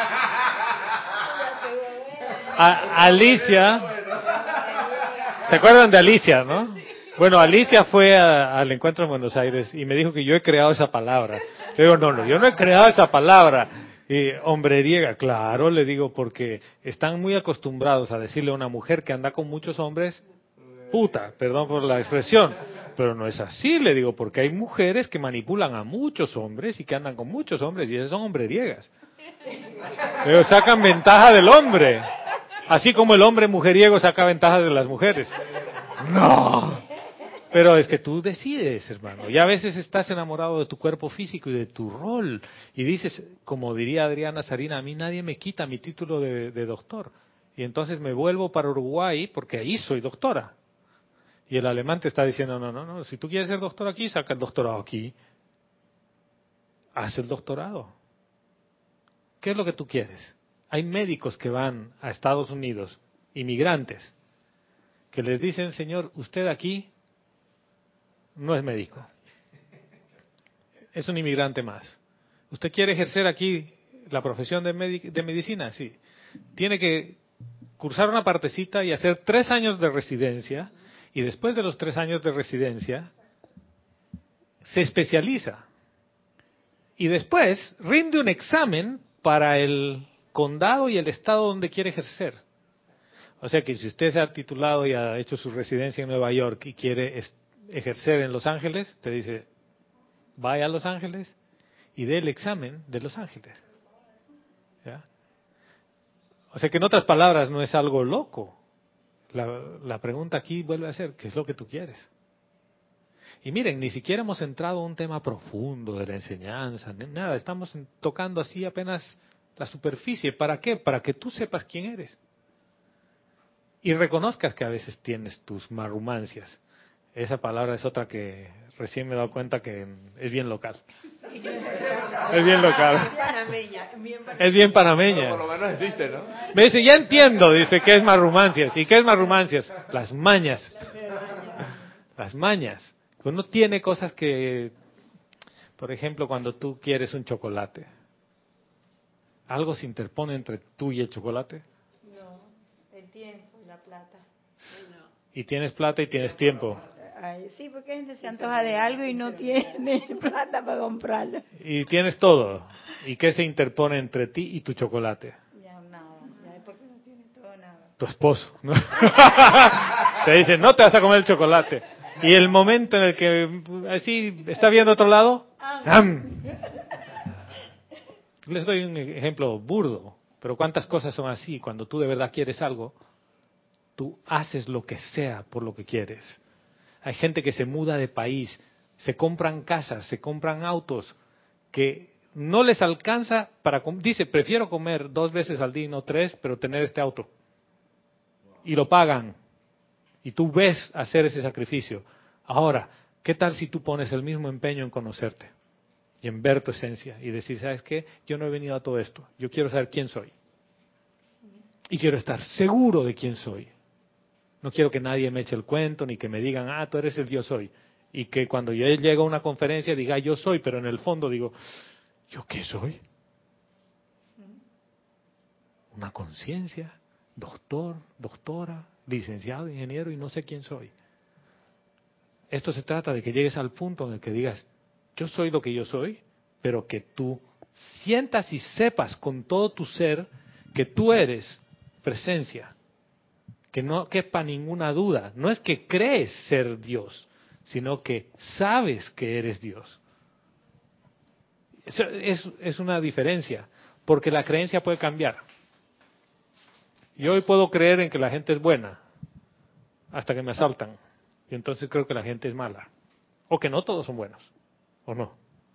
A, Alicia, ¿se acuerdan de Alicia, no? Bueno, Alicia fue a, al encuentro en Buenos Aires y me dijo que yo he creado esa palabra. Le digo, no, no, yo no he creado esa palabra. Y hombreriega, claro, le digo, porque están muy acostumbrados a decirle a una mujer que anda con muchos hombres, puta, perdón por la expresión. Pero no es así, le digo, porque hay mujeres que manipulan a muchos hombres y que andan con muchos hombres y esas son hombreriegas. Pero sacan ventaja del hombre, así como el hombre mujeriego saca ventaja de las mujeres. No, pero es que tú decides, hermano, y a veces estás enamorado de tu cuerpo físico y de tu rol y dices, como diría Adriana Sarina, a mí nadie me quita mi título de, de doctor y entonces me vuelvo para Uruguay porque ahí soy doctora. Y el alemán te está diciendo, no, no, no, si tú quieres ser doctor aquí, saca el doctorado aquí. Haz el doctorado. ¿Qué es lo que tú quieres? Hay médicos que van a Estados Unidos, inmigrantes, que les dicen, señor, usted aquí no es médico. Es un inmigrante más. ¿Usted quiere ejercer aquí la profesión de, medic- de medicina? Sí. Tiene que cursar una partecita y hacer tres años de residencia. Y después de los tres años de residencia, se especializa y después rinde un examen para el condado y el estado donde quiere ejercer. O sea que si usted se ha titulado y ha hecho su residencia en Nueva York y quiere ejercer en Los Ángeles, te dice, vaya a Los Ángeles y dé el examen de Los Ángeles. ¿Ya? O sea que en otras palabras no es algo loco. La, la pregunta aquí vuelve a ser, ¿qué es lo que tú quieres? Y miren, ni siquiera hemos entrado a un tema profundo de la enseñanza, ni nada, estamos tocando así apenas la superficie. ¿Para qué? Para que tú sepas quién eres. Y reconozcas que a veces tienes tus marrumancias. Esa palabra es otra que recién me he dado cuenta que es bien local. Es bien local. Es bien panameña. Por lo menos existe, ¿no? Me dice, ya entiendo, dice, ¿qué es marrumancias? ¿Y qué es marrumancias? Las mañas. Las mañas. Uno tiene cosas que, por ejemplo, cuando tú quieres un chocolate, ¿algo se interpone entre tú y el chocolate? No, el tiempo y la plata. Y tienes plata y tienes tiempo. Ay, sí, porque la gente se antoja de algo y no tiene plata para comprarlo. Y tienes todo. ¿Y qué se interpone entre ti y tu chocolate? Ya nada, ya porque no tiene todo nada. Tu esposo, ¿no? Te dice, no te vas a comer el chocolate. Y el momento en el que así está viendo otro lado, ¡am! Les doy un ejemplo burdo, pero cuántas cosas son así. Cuando tú de verdad quieres algo, tú haces lo que sea por lo que quieres. Hay gente que se muda de país, se compran casas, se compran autos, que no les alcanza para... Dice, prefiero comer dos veces al día y no tres, pero tener este auto. Y lo pagan. Y tú ves hacer ese sacrificio. Ahora, ¿qué tal si tú pones el mismo empeño en conocerte? Y en ver tu esencia. Y decir, ¿sabes qué? Yo no he venido a todo esto. Yo quiero saber quién soy. Y quiero estar seguro de quién soy. No quiero que nadie me eche el cuento, ni que me digan, ah, tú eres el yo soy. Y que cuando yo llego a una conferencia diga, yo soy, pero en el fondo digo, ¿yo qué soy? Una conciencia, doctor, doctora, licenciado, ingeniero, y no sé quién soy. Esto se trata de que llegues al punto en el que digas, yo soy lo que yo soy, pero que tú sientas y sepas con todo tu ser que tú eres presencia. Que no quepa ninguna duda. No es que crees ser Dios, sino que sabes que eres Dios. Es, es, es una diferencia, porque la creencia puede cambiar. Yo hoy puedo creer en que la gente es buena, hasta que me asaltan. Y entonces creo que la gente es mala. O que no todos son buenos, ¿o no?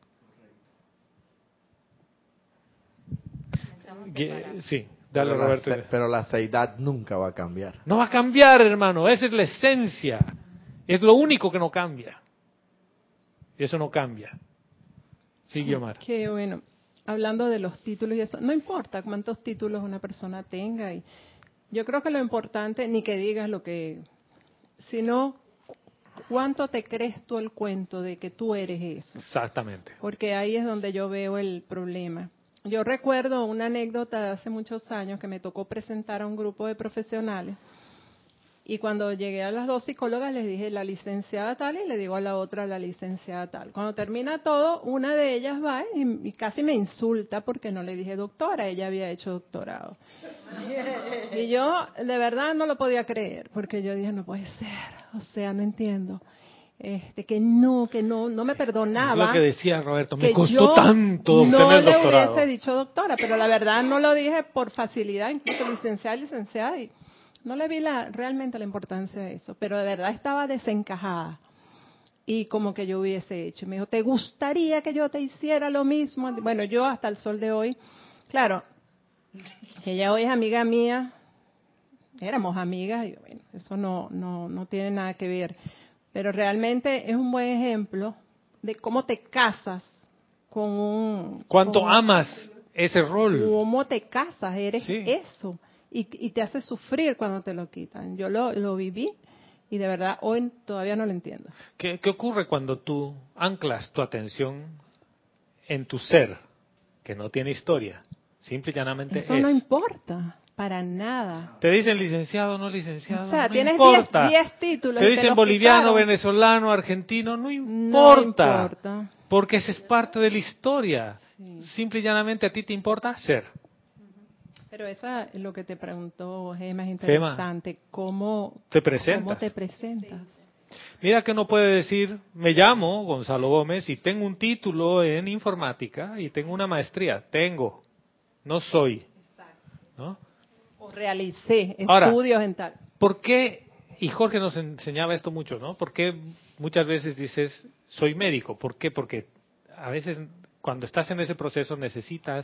Sí. Dale, pero, Roberto. La, pero la seidad nunca va a cambiar. No va a cambiar, hermano. Esa es la esencia. Es lo único que no cambia. Eso no cambia. Sí, Guiomar. Qué bueno. Hablando de los títulos y eso, no importa cuántos títulos una persona tenga. Y yo creo que lo importante, ni que digas lo que, sino cuánto te crees tú el cuento de que tú eres eso. Exactamente. Porque ahí es donde yo veo el problema. Yo recuerdo una anécdota de hace muchos años que me tocó presentar a un grupo de profesionales y cuando llegué a las dos psicólogas les dije la licenciada tal y le digo a la otra la licenciada tal. Cuando termina todo, una de ellas va y, y casi me insulta porque no le dije doctora, ella había hecho doctorado. Y yo de verdad no lo podía creer porque yo dije no puede ser, o sea, no entiendo. Este, que no, que no, no me perdonaba. Es lo que decía Roberto, me costó tanto obtener no el doctorado. No le hubiese dicho doctora, pero la verdad no lo dije por facilidad, incluso licenciada, licenciada, y no le vi la, realmente la importancia de eso, pero de verdad estaba desencajada. Y como que yo hubiese hecho. Me dijo, ¿te gustaría que yo te hiciera lo mismo? Bueno, yo hasta el sol de hoy, claro, ella hoy es amiga mía, éramos amigas, y bueno, eso no, no, no tiene nada que ver. Pero realmente es un buen ejemplo de cómo te casas con un... ¿Cuánto con, amas ese rol? ¿Cómo te casas? Eres sí. eso. Y, y te hace sufrir cuando te lo quitan. Yo lo, lo viví y de verdad hoy todavía no lo entiendo. ¿Qué, ¿Qué ocurre cuando tú anclas tu atención en tu ser, que no tiene historia? Simple y llanamente eso es. no importa. para nada. Te dicen licenciado, no licenciado, O sea, no tienes importa. diez títulos. Te y dicen los boliviano, quitaron. venezolano, argentino, no No importa. importa. Porque esa es parte de la historia. Sí. Simple y llanamente a ti te importa ser. Pero esa es lo que te preguntó Gema, es Gema, interesante. ¿Cómo te presentas. ¿Cómo te presentas? Mira que no puede decir, me llamo Gonzalo Gómez y tengo un título en informática y tengo una maestría. Tengo, no soy. ¿No? O realicé Ahora, estudios en tal. ¿por qué? Y Jorge nos enseñaba esto mucho, ¿no? ¿Por qué muchas veces dices, soy médico? ¿Por qué? Porque a veces cuando estás en ese proceso necesitas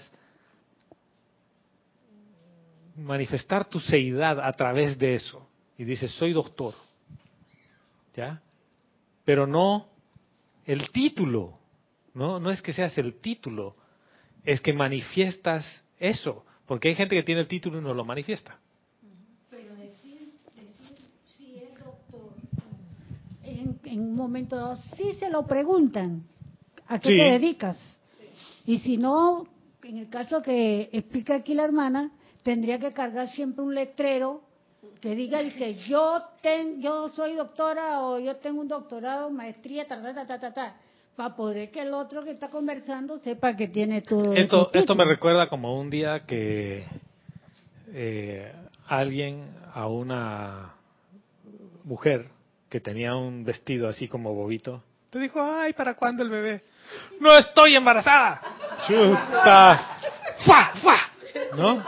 manifestar tu seidad a través de eso. Y dices, soy doctor. ¿Ya? Pero no el título. No, no es que seas el título. Es que manifiestas eso. Porque hay gente que tiene el título y no lo manifiesta. Pero decir, decir si es doctor, en, en un momento dado, sí se lo preguntan, ¿a qué Sí. te dedicas? Y si no, en el caso que explica aquí la hermana, tendría que cargar siempre un letrero que diga que yo ten, yo soy doctora o yo tengo un doctorado, maestría, ta, ta, ta, ta, ta, ta, para poder que el otro que está conversando sepa que tiene todo Esto, su esto me título. recuerda como un día que eh, alguien a una mujer que tenía un vestido así como bobito, te dijo, ay, ¿para cuándo el bebé? ¡No estoy embarazada! ¡Chuta! ¡Fua, fua! ¿No?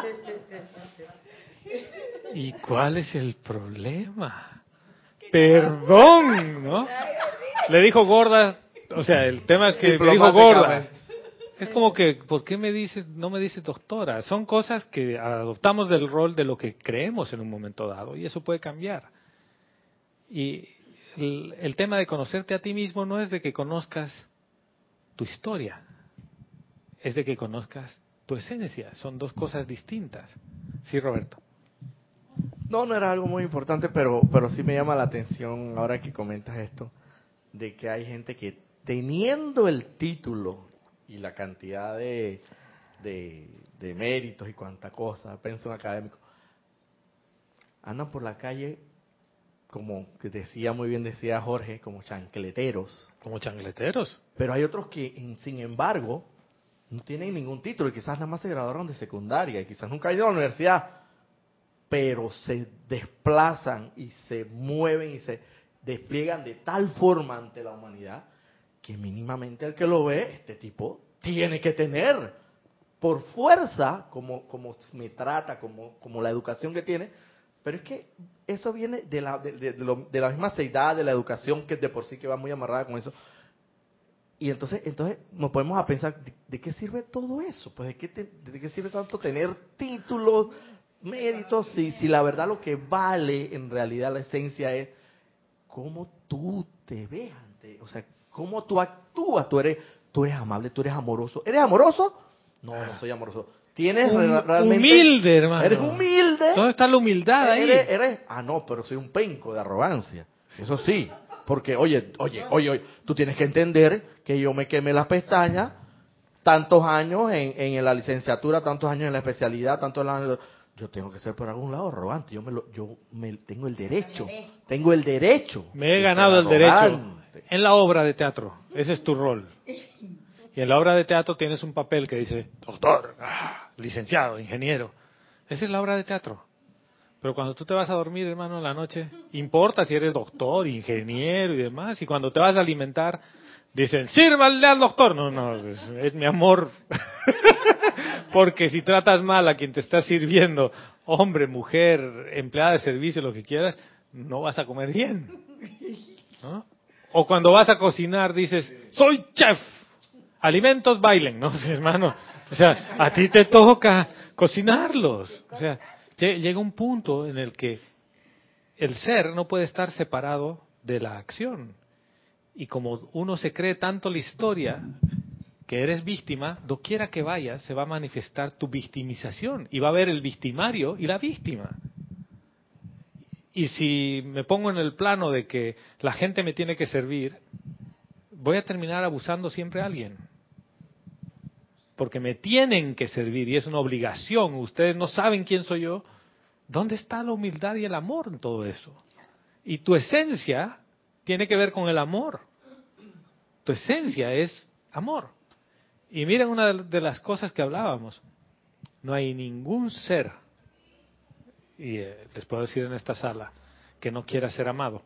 ¿Y cuál es el problema? Perdón, ¿no? Le dijo gorda, o sea, el tema es que me dijo gorda. Es como que, ¿por qué me dices, no me dices doctora? Son cosas que adoptamos del rol de lo que creemos en un momento dado y eso puede cambiar. Y el, el tema de conocerte a ti mismo no es de que conozcas tu historia, es de que conozcas tu esencia. Son dos cosas distintas. Sí, Roberto. No, no era algo muy importante, pero, pero sí me llama la atención ahora que comentas esto, de que hay gente que teniendo el título y la cantidad de, de, de méritos y cuánta cosa, pensum académico, andan por la calle, como que decía muy bien, decía Jorge, como chancleteros. Como chancleteros. Pero hay otros que, sin embargo, no tienen ningún título y quizás nada más se graduaron de secundaria y quizás nunca han ido a la universidad, pero se desplazan y se mueven y se despliegan de tal forma ante la humanidad que mínimamente el que lo ve, este tipo tiene que tener por fuerza, como, como me trata, como, como la educación que tiene, pero es que eso viene de la, de, de, de, lo, de la misma seidad de la educación que de por sí que va muy amarrada con eso. Y entonces entonces nos podemos a pensar, ¿de, de qué sirve todo eso? Pues ¿de qué, te, de qué sirve tanto tener títulos, méritos, si, si la verdad lo que vale en realidad la esencia es cómo tú te ves ante, o sea, cómo tú actúas, tú eres, tú eres amable, tú eres amoroso. ¿Eres amoroso? No, no soy amoroso. ¿Tienes Hum, realmente? humilde, hermano. ¿Eres humilde? ¿Dónde está la humildad ahí? ¿Eres, eres? Ah, no, pero soy un penco de arrogancia. Eso sí, porque oye, oye, oye, oye, tú tienes que entender que yo me quemé las pestañas tantos años en, en la licenciatura, tantos años en la especialidad, tantos años. Yo tengo que ser por algún lado arrogante. Yo me lo, yo me tengo el derecho, tengo el derecho. Me he ganado el derecho en la obra de teatro. Ese es tu rol. Y en la obra de teatro tienes un papel que dice doctor, ah, licenciado, ingeniero. Esa es la obra de teatro. Pero cuando tú te vas a dormir, hermano, en la noche, importa si eres doctor, ingeniero y demás. Y cuando te vas a alimentar, dicen, sírvale al doctor. No, no, es, es mi amor. Porque si tratas mal a quien te está sirviendo, hombre, mujer, empleada de servicio, lo que quieras, no vas a comer bien, ¿no? O cuando vas a cocinar dices, soy chef, alimentos bailen, ¿no? Hermano, o sea, a ti te toca cocinarlos. O sea, llega un punto en el que el ser no puede estar separado de la acción. Y como uno se cree tanto la historia, que eres víctima, doquiera que vayas se va a manifestar tu victimización y va a haber el victimario y la víctima. Y si me pongo en el plano de que la gente me tiene que servir, voy a terminar abusando siempre a alguien. Porque me tienen que servir y es una obligación. Ustedes no saben quién soy yo, ¿Dónde está la humildad y el amor en todo eso? Y tu esencia tiene que ver con el amor. Tu esencia es amor. Y miren una de las cosas que hablábamos. No hay ningún ser, y eh, les puedo decir en esta sala, que no quiera ser amado.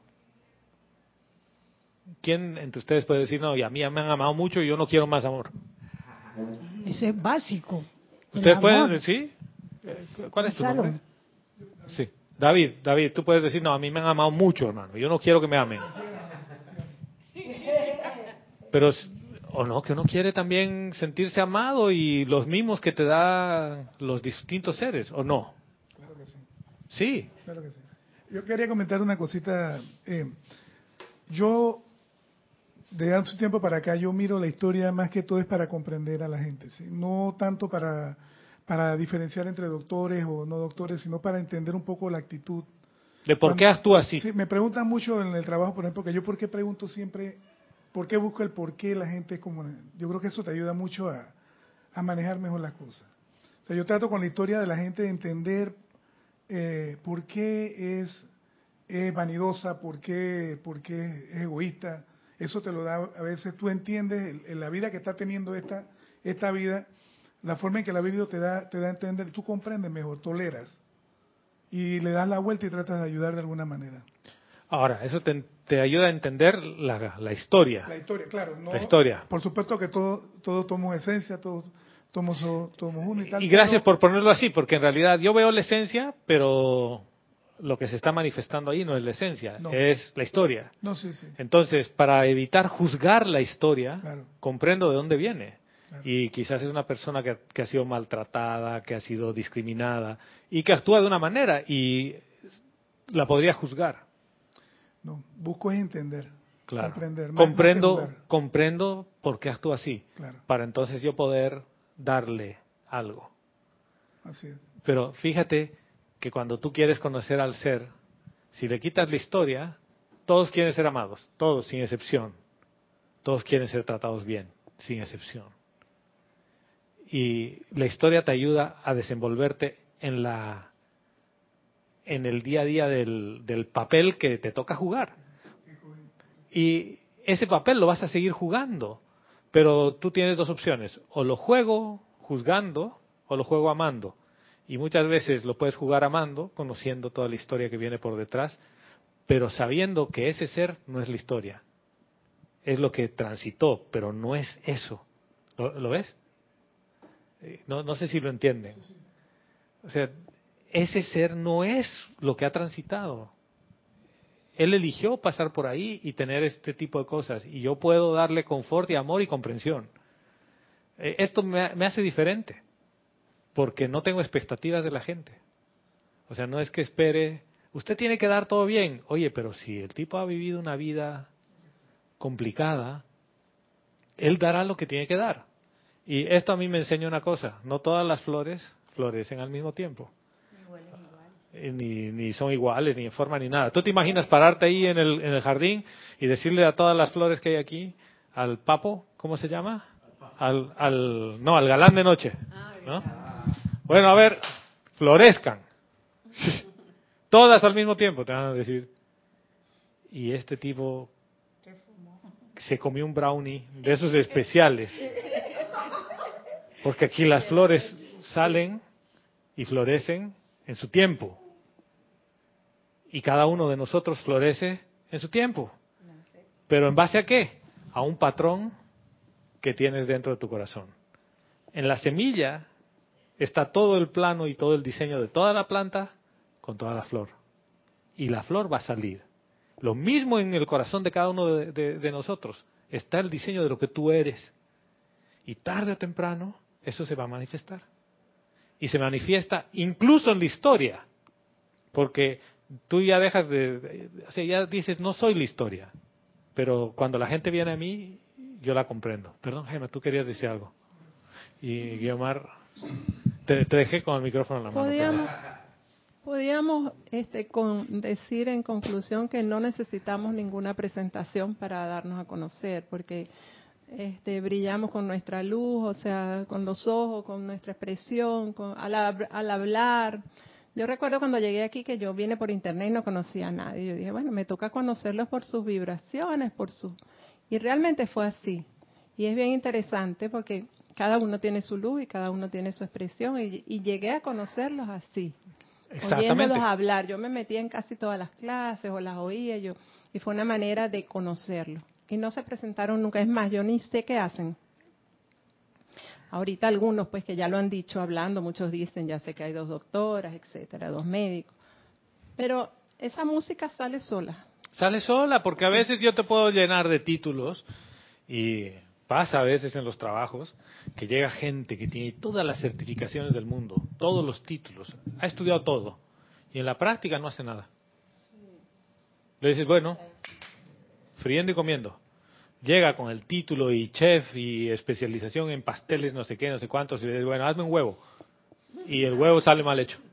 ¿Quién entre ustedes puede decir, no, y a mí me han amado mucho y yo no quiero más amor? Eso es básico. El ¿Ustedes amor. pueden decir? ¿Cuál es tu Gonzalo. nombre? Sí. David, David, tú puedes decir, no, a mí me han amado mucho, hermano. Yo no quiero que me amen. Pero, o no, que uno quiere también sentirse amado y los mimos que te dan los distintos seres, ¿o no? Claro que sí. Sí. Claro que sí. Yo quería comentar una cosita. Eh, yo, de hace un tiempo para acá, yo miro la historia más que todo es para comprender a la gente, ¿sí? No tanto para, para diferenciar entre doctores o no doctores, sino para entender un poco la actitud. ¿De por qué actúa así? Sí, me preguntan mucho en el trabajo, por ejemplo, que yo por qué pregunto siempre, por qué busco el por qué la gente es como... Yo creo que eso te ayuda mucho a, a manejar mejor las cosas. O sea, yo trato con la historia de la gente de entender eh, por qué es, es vanidosa, por qué, por qué es egoísta. Eso te lo da, a veces tú entiendes en la vida que está teniendo esta, esta vida, la forma en que la ha vivido te da, te da a entender, tú comprendes mejor, toleras. Y le das la vuelta y tratas de ayudar de alguna manera. Ahora, eso te, te ayuda a entender la, la historia. La historia, claro. No, la historia. Por supuesto que todos todo somos esencia, todos somos, somos uno y tal. Y gracias pero, por ponerlo así, porque en realidad yo veo la esencia, pero lo que se está manifestando ahí no es la esencia, no. es la historia. No, sí, sí. Entonces, para evitar juzgar la historia, claro. comprendo de dónde viene. Claro. Y quizás es una persona que, que ha sido maltratada, que ha sido discriminada y que actúa de una manera y la podría juzgar. No, busco es entender, claro. comprender. Más, comprendo, más comprendo por qué actúa así, claro. para entonces yo poder darle algo. Así es. Pero fíjate que cuando tú quieres conocer al ser, si le quitas la historia, todos quieren ser amados, todos sin excepción. Todos quieren ser tratados bien, sin excepción. Y la historia te ayuda a desenvolverte en la en el día a día del, del papel que te toca jugar. Y ese papel lo vas a seguir jugando, pero tú tienes dos opciones, o lo juego juzgando o lo juego amando. Y muchas veces lo puedes jugar amando, conociendo toda la historia que viene por detrás, pero sabiendo que ese ser no es la historia. Es lo que transitó, pero no es eso. ¿Lo, lo ves? No, no sé si lo entienden. O sea, ese ser no es lo que ha transitado. Él eligió pasar por ahí y tener este tipo de cosas. Y yo puedo darle confort y amor y comprensión. Esto me, me hace diferente. Porque no tengo expectativas de la gente. O sea, no es que espere, usted tiene que dar todo bien. Oye, pero si el tipo ha vivido una vida complicada, él dará lo que tiene que dar. Y esto a mí me enseña una cosa, no todas las flores florecen al mismo tiempo. Ni, ni son iguales, ni en forma, ni nada. ¿Tú te imaginas pararte ahí en el, en el jardín y decirle a todas las flores que hay aquí, al papo, ¿cómo se llama? Al, al no, al galán de noche, ¿no? Bueno, a ver, florezcan. Todas al mismo tiempo, te van a decir. Y este tipo se comió un brownie de esos especiales. Porque aquí las flores salen y florecen en su tiempo. Y cada uno de nosotros florece en su tiempo. ¿Pero en base a qué? A un patrón que tienes dentro de tu corazón. En la semilla está todo el plano y todo el diseño de toda la planta con toda la flor. Y la flor va a salir. Lo mismo en el corazón de cada uno de, de, de nosotros. Está el diseño de lo que tú eres. Y tarde o temprano eso se va a manifestar. Y se manifiesta incluso en la historia. Porque tú ya dejas de, de, o sea, ya dices, no soy la historia. Pero cuando la gente viene a mí, yo la comprendo. Perdón, Gemma, tú querías decir algo. Y Guiomar, te, te dejé con el micrófono en la mano. Podíamos, podíamos este, con, decir en conclusión que no necesitamos ninguna presentación para darnos a conocer, porque este, brillamos con nuestra luz, o sea, con los ojos, con nuestra expresión, con, al, al hablar. Yo recuerdo cuando llegué aquí que yo vine por internet y no conocía a nadie. Yo dije, bueno, me toca conocerlos por sus vibraciones, por su... Y realmente fue así. Y es bien interesante porque cada uno tiene su luz y cada uno tiene su expresión. Y, y llegué a conocerlos así. Oyéndolos hablar. Yo me metía en casi todas las clases o las oía yo. Y fue una manera de conocerlos. Y no se presentaron nunca. Es más, yo ni sé qué hacen. Ahorita algunos, pues que ya lo han dicho hablando, muchos dicen, ya sé que hay dos doctoras, etcétera, dos médicos. Pero esa música sale sola. Sale sola, porque a veces yo te puedo llenar de títulos, y pasa a veces en los trabajos, que llega gente que tiene todas las certificaciones del mundo, todos los títulos, ha estudiado todo, y en la práctica no hace nada. Le dices, bueno, friendo y comiendo. Llega con el título y chef y especialización en pasteles, no sé qué, no sé cuántos, y le dices, bueno, hazme un huevo. Y el huevo sale mal hecho.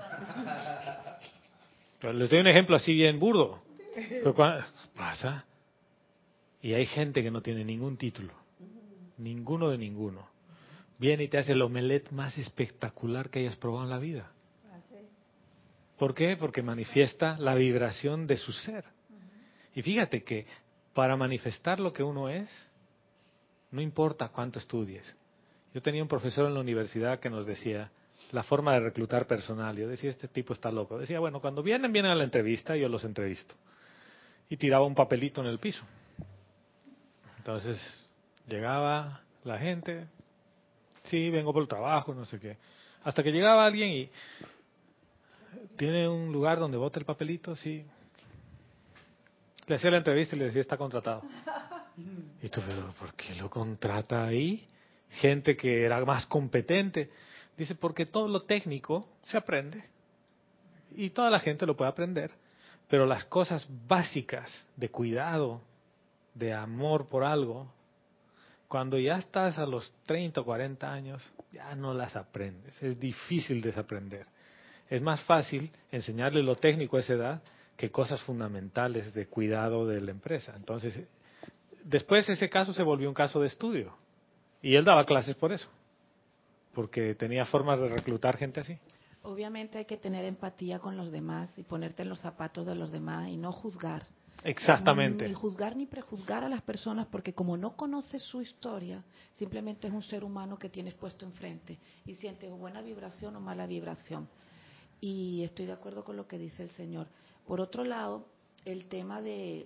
Pero les doy un ejemplo así bien burdo. Pero cuando, pasa. Y hay gente que no tiene ningún título. Ninguno de ninguno. Viene y te hace el omelette más espectacular que hayas probado en la vida. ¿Por qué? Porque manifiesta la vibración de su ser. Y fíjate que para manifestar lo que uno es, no importa cuánto estudies. Yo tenía un profesor en la universidad que nos decía la forma de reclutar personal. Yo decía, este tipo está loco. Decía, bueno, cuando vienen, vienen a la entrevista, yo los entrevisto. Y tiraba un papelito en el piso. Entonces, llegaba la gente, sí, vengo por el trabajo, no sé qué. Hasta que llegaba alguien y, ¿tiene un lugar donde bote el papelito? Sí. Le hacía la entrevista y le decía, está contratado. Y tú, pero ¿por qué lo contrata ahí? Gente que era más competente. Dice, porque todo lo técnico se aprende. Y toda la gente lo puede aprender. Pero las cosas básicas de cuidado, de amor por algo, cuando ya estás a los treinta o cuarenta años, ya no las aprendes. Es difícil desaprender. Es más fácil enseñarle lo técnico a esa edad que cosas fundamentales de cuidado de la empresa. Entonces, después ese caso se volvió un caso de estudio. Y él daba clases por eso. Porque tenía formas de reclutar gente así. Obviamente hay que tener empatía con los demás y ponerte en los zapatos de los demás y no juzgar. Exactamente. Ni juzgar ni prejuzgar a las personas, porque como no conoces su historia, simplemente es un ser humano que tienes puesto enfrente y sientes buena vibración o mala vibración. Y estoy de acuerdo con lo que dice el Señor. Por otro lado, el tema de,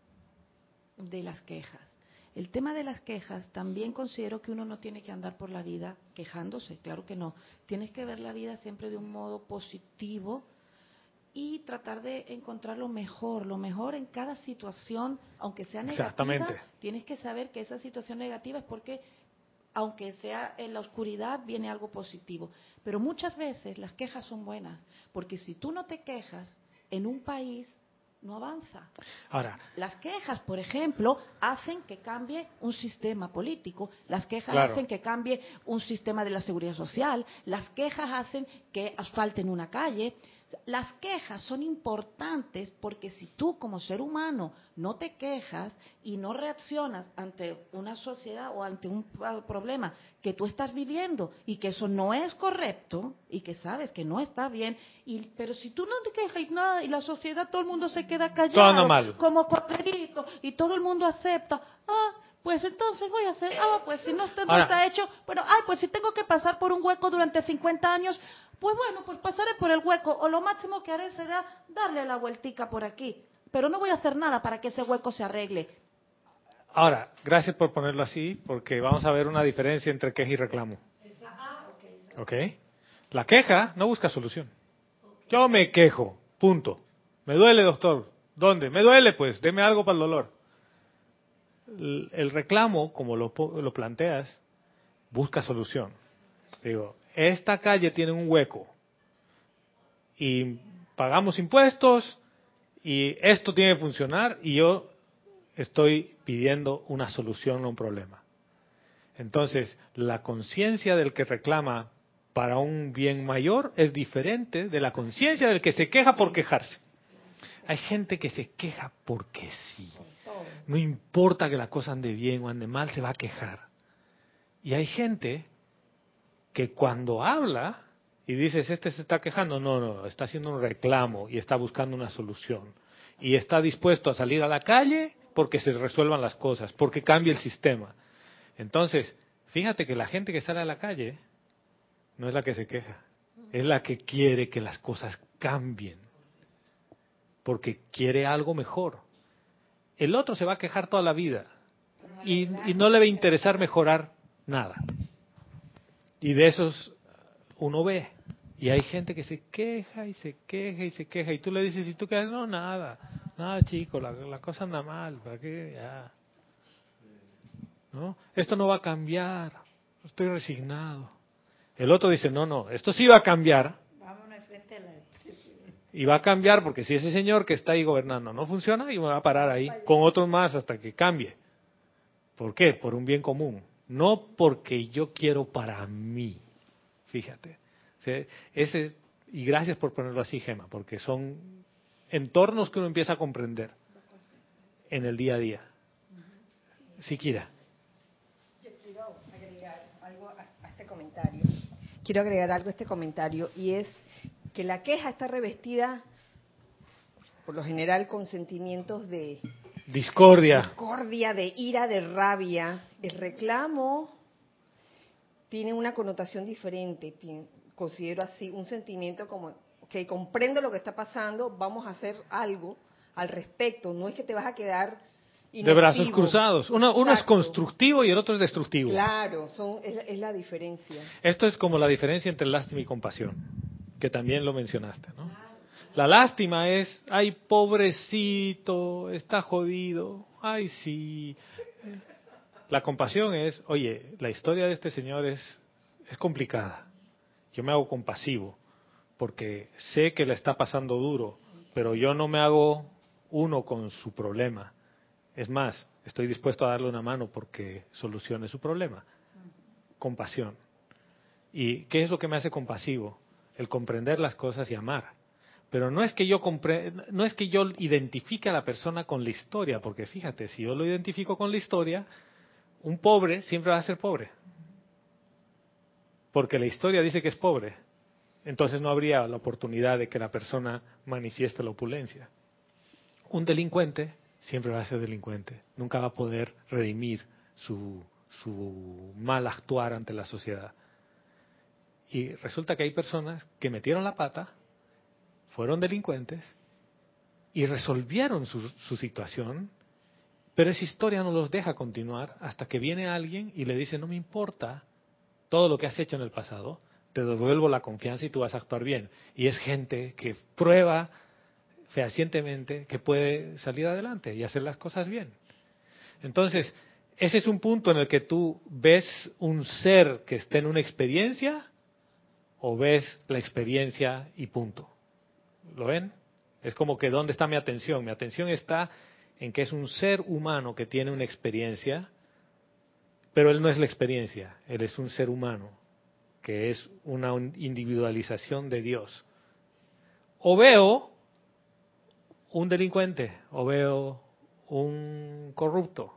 de las quejas. El tema de las quejas, también considero que uno no tiene que andar por la vida quejándose, claro que no. Tienes que ver la vida siempre de un modo positivo y tratar de encontrar lo mejor, lo mejor en cada situación, aunque sea negativa. Exactamente. Tienes que saber que esa situación negativa es porque, aunque sea en la oscuridad, viene algo positivo. Pero muchas veces las quejas son buenas, porque si tú no te quejas, en un país no avanza. Ahora, las quejas, por ejemplo, hacen que cambie un sistema político, las quejas claro. hacen que cambie un sistema de la seguridad social, las quejas hacen que asfalten una calle. Las quejas son importantes porque si tú como ser humano no te quejas y no reaccionas ante una sociedad o ante un problema que tú estás viviendo y que eso no es correcto y que sabes que no está bien, y pero si tú no te quejas y nada y la sociedad, todo el mundo se queda callado como corderito y todo el mundo acepta, ah, pues entonces voy a hacer, ah, pues si no está, no está hecho, pero, ay, pues si tengo que pasar por un hueco durante cincuenta años, pues bueno, pues pasaré por el hueco, o lo máximo que haré será darle la vueltica por aquí, pero no voy a hacer nada para que ese hueco se arregle. Ahora, gracias por ponerlo así, porque vamos a ver una diferencia entre queja y reclamo. ¿Ok? La queja no busca solución. Yo me quejo, punto. Me duele, doctor. ¿Dónde? Me duele, pues, deme algo para el dolor. El reclamo, como lo, lo planteas, busca solución. Digo, esta calle tiene un hueco y pagamos impuestos y esto tiene que funcionar y yo estoy pidiendo una solución a un problema. Entonces, la conciencia del que reclama para un bien mayor es diferente de la conciencia del que se queja por quejarse. Hay gente que se queja porque sí. No importa que la cosa ande bien o ande mal, se va a quejar. Y hay gente que cuando habla y dices, este se está quejando, no, no, está haciendo un reclamo y está buscando una solución. Y está dispuesto a salir a la calle porque se resuelvan las cosas, porque cambie el sistema. Entonces, fíjate que la gente que sale a la calle no es la que se queja, es la que quiere que las cosas cambien, porque quiere algo mejor. El otro se va a quejar toda la vida y, y no le va a interesar mejorar nada. Y de esos uno ve. Y hay gente que se queja y se queja y se queja. Y tú le dices, ¿y tú qué haces? No, nada. Nada, chico, la, la cosa anda mal. ¿Para qué? Ya. ¿No? Esto no va a cambiar. Estoy resignado. El otro dice, no, no, esto sí va a cambiar. Y va a cambiar porque si ese señor que está ahí gobernando no funciona, y va a parar ahí con otros más hasta que cambie. ¿Por qué? Por un bien común. No porque yo quiero para mí. Fíjate. Ese, y gracias por ponerlo así, Gema, porque son entornos que uno empieza a comprender en el día a día. Siquiera. Yo quiero agregar algo a, a este comentario. Quiero agregar algo a este comentario y es que la queja está revestida, por lo general, con sentimientos de discordia, discordia, de ira, de rabia. El reclamo tiene una connotación diferente. Tiene, considero así, un sentimiento como que comprendo lo que está pasando, vamos a hacer algo al respecto. No es que te vas a quedar inactivo. De brazos cruzados. Uno, uno es constructivo y el otro es destructivo. Claro, son, es, es la diferencia. Esto es como la diferencia entre lástima y compasión, que también lo mencionaste, ¿no? La lástima es, ay, pobrecito, está jodido, ay, sí. La compasión es, oye, la historia de este señor es, es complicada. Yo me hago compasivo porque sé que le está pasando duro, pero yo no me hago uno con su problema. Es más, estoy dispuesto a darle una mano porque solucione su problema. Compasión. ¿Y qué es lo que me hace compasivo? El comprender las cosas y amar. Pero no es que yo compre, no es que yo identifique a la persona con la historia, porque fíjate, si yo lo identifico con la historia, un pobre siempre va a ser pobre. Porque la historia dice que es pobre. Entonces no habría la oportunidad de que la persona manifieste la opulencia. Un delincuente siempre va a ser delincuente. Nunca va a poder redimir su, su mal actuar ante la sociedad. Y resulta que hay personas que metieron la pata, fueron delincuentes y resolvieron su, su situación, pero esa historia no los deja continuar hasta que viene alguien y le dice, no me importa todo lo que has hecho en el pasado, te devuelvo la confianza y tú vas a actuar bien. Y es gente que prueba fehacientemente que puede salir adelante y hacer las cosas bien. Entonces, ese es un punto en el que tú ves un ser que esté en una experiencia o ves la experiencia y punto. ¿Lo ven? Es como que ¿dónde está mi atención? Mi atención está en que es un ser humano que tiene una experiencia, pero él no es la experiencia, él es un ser humano, que es una individualización de Dios. O veo un delincuente, o veo un corrupto,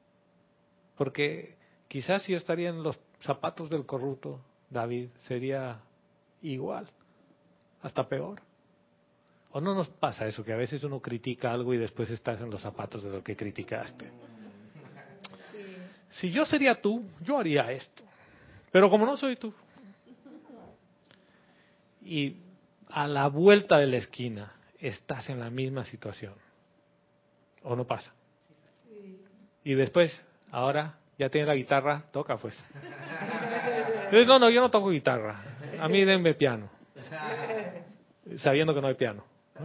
porque quizás si yo estaría en los zapatos del corrupto, David, sería igual, hasta peor. ¿O no nos pasa eso, que a veces uno critica algo y después estás en los zapatos de lo que criticaste? Si yo sería tú, yo haría esto. Pero como no soy tú. Y a la vuelta de la esquina estás en la misma situación. ¿O no pasa? Y después, ahora, ya tienes la guitarra, toca pues. Entonces, no, no, yo no toco guitarra. A mí denme piano. Sabiendo que no hay piano.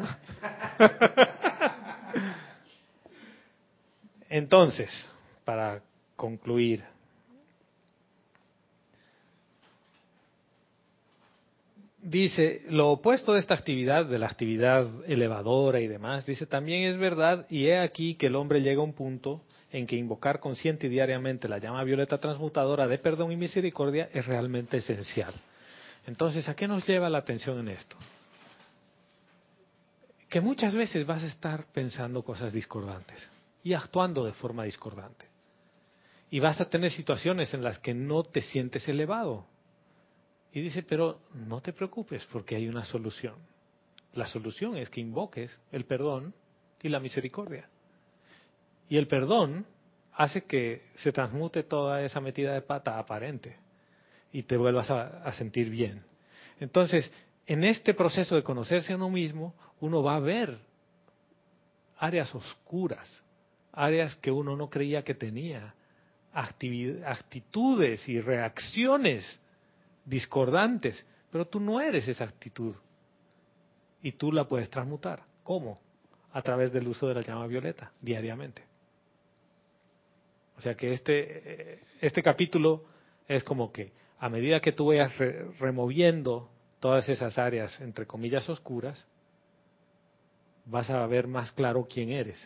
Entonces, para concluir, dice, lo opuesto de esta actividad, de la actividad elevadora y demás, dice, también es verdad, y he aquí que el hombre llega a un punto en que invocar consciente y diariamente la llama violeta transmutadora de perdón y misericordia es realmente esencial. Entonces, ¿a qué nos lleva la atención en esto? Que muchas veces vas a estar pensando cosas discordantes y actuando de forma discordante. Y vas a tener situaciones en las que no te sientes elevado. Y dice, pero no te preocupes porque hay una solución. La solución es que invoques el perdón y la misericordia. Y el perdón hace que se transmute toda esa metida de pata aparente y te vuelvas a, a sentir bien. Entonces, en este proceso de conocerse a uno mismo, uno va a ver áreas oscuras, áreas que uno no creía que tenía, actividad, actitudes y reacciones discordantes, pero tú no eres esa actitud y tú la puedes transmutar. ¿Cómo? A través del uso de la llama violeta, diariamente. O sea que este, este capítulo es como que a medida que tú vayas re removiendo todas esas áreas, entre comillas, oscuras, vas a ver más claro quién eres.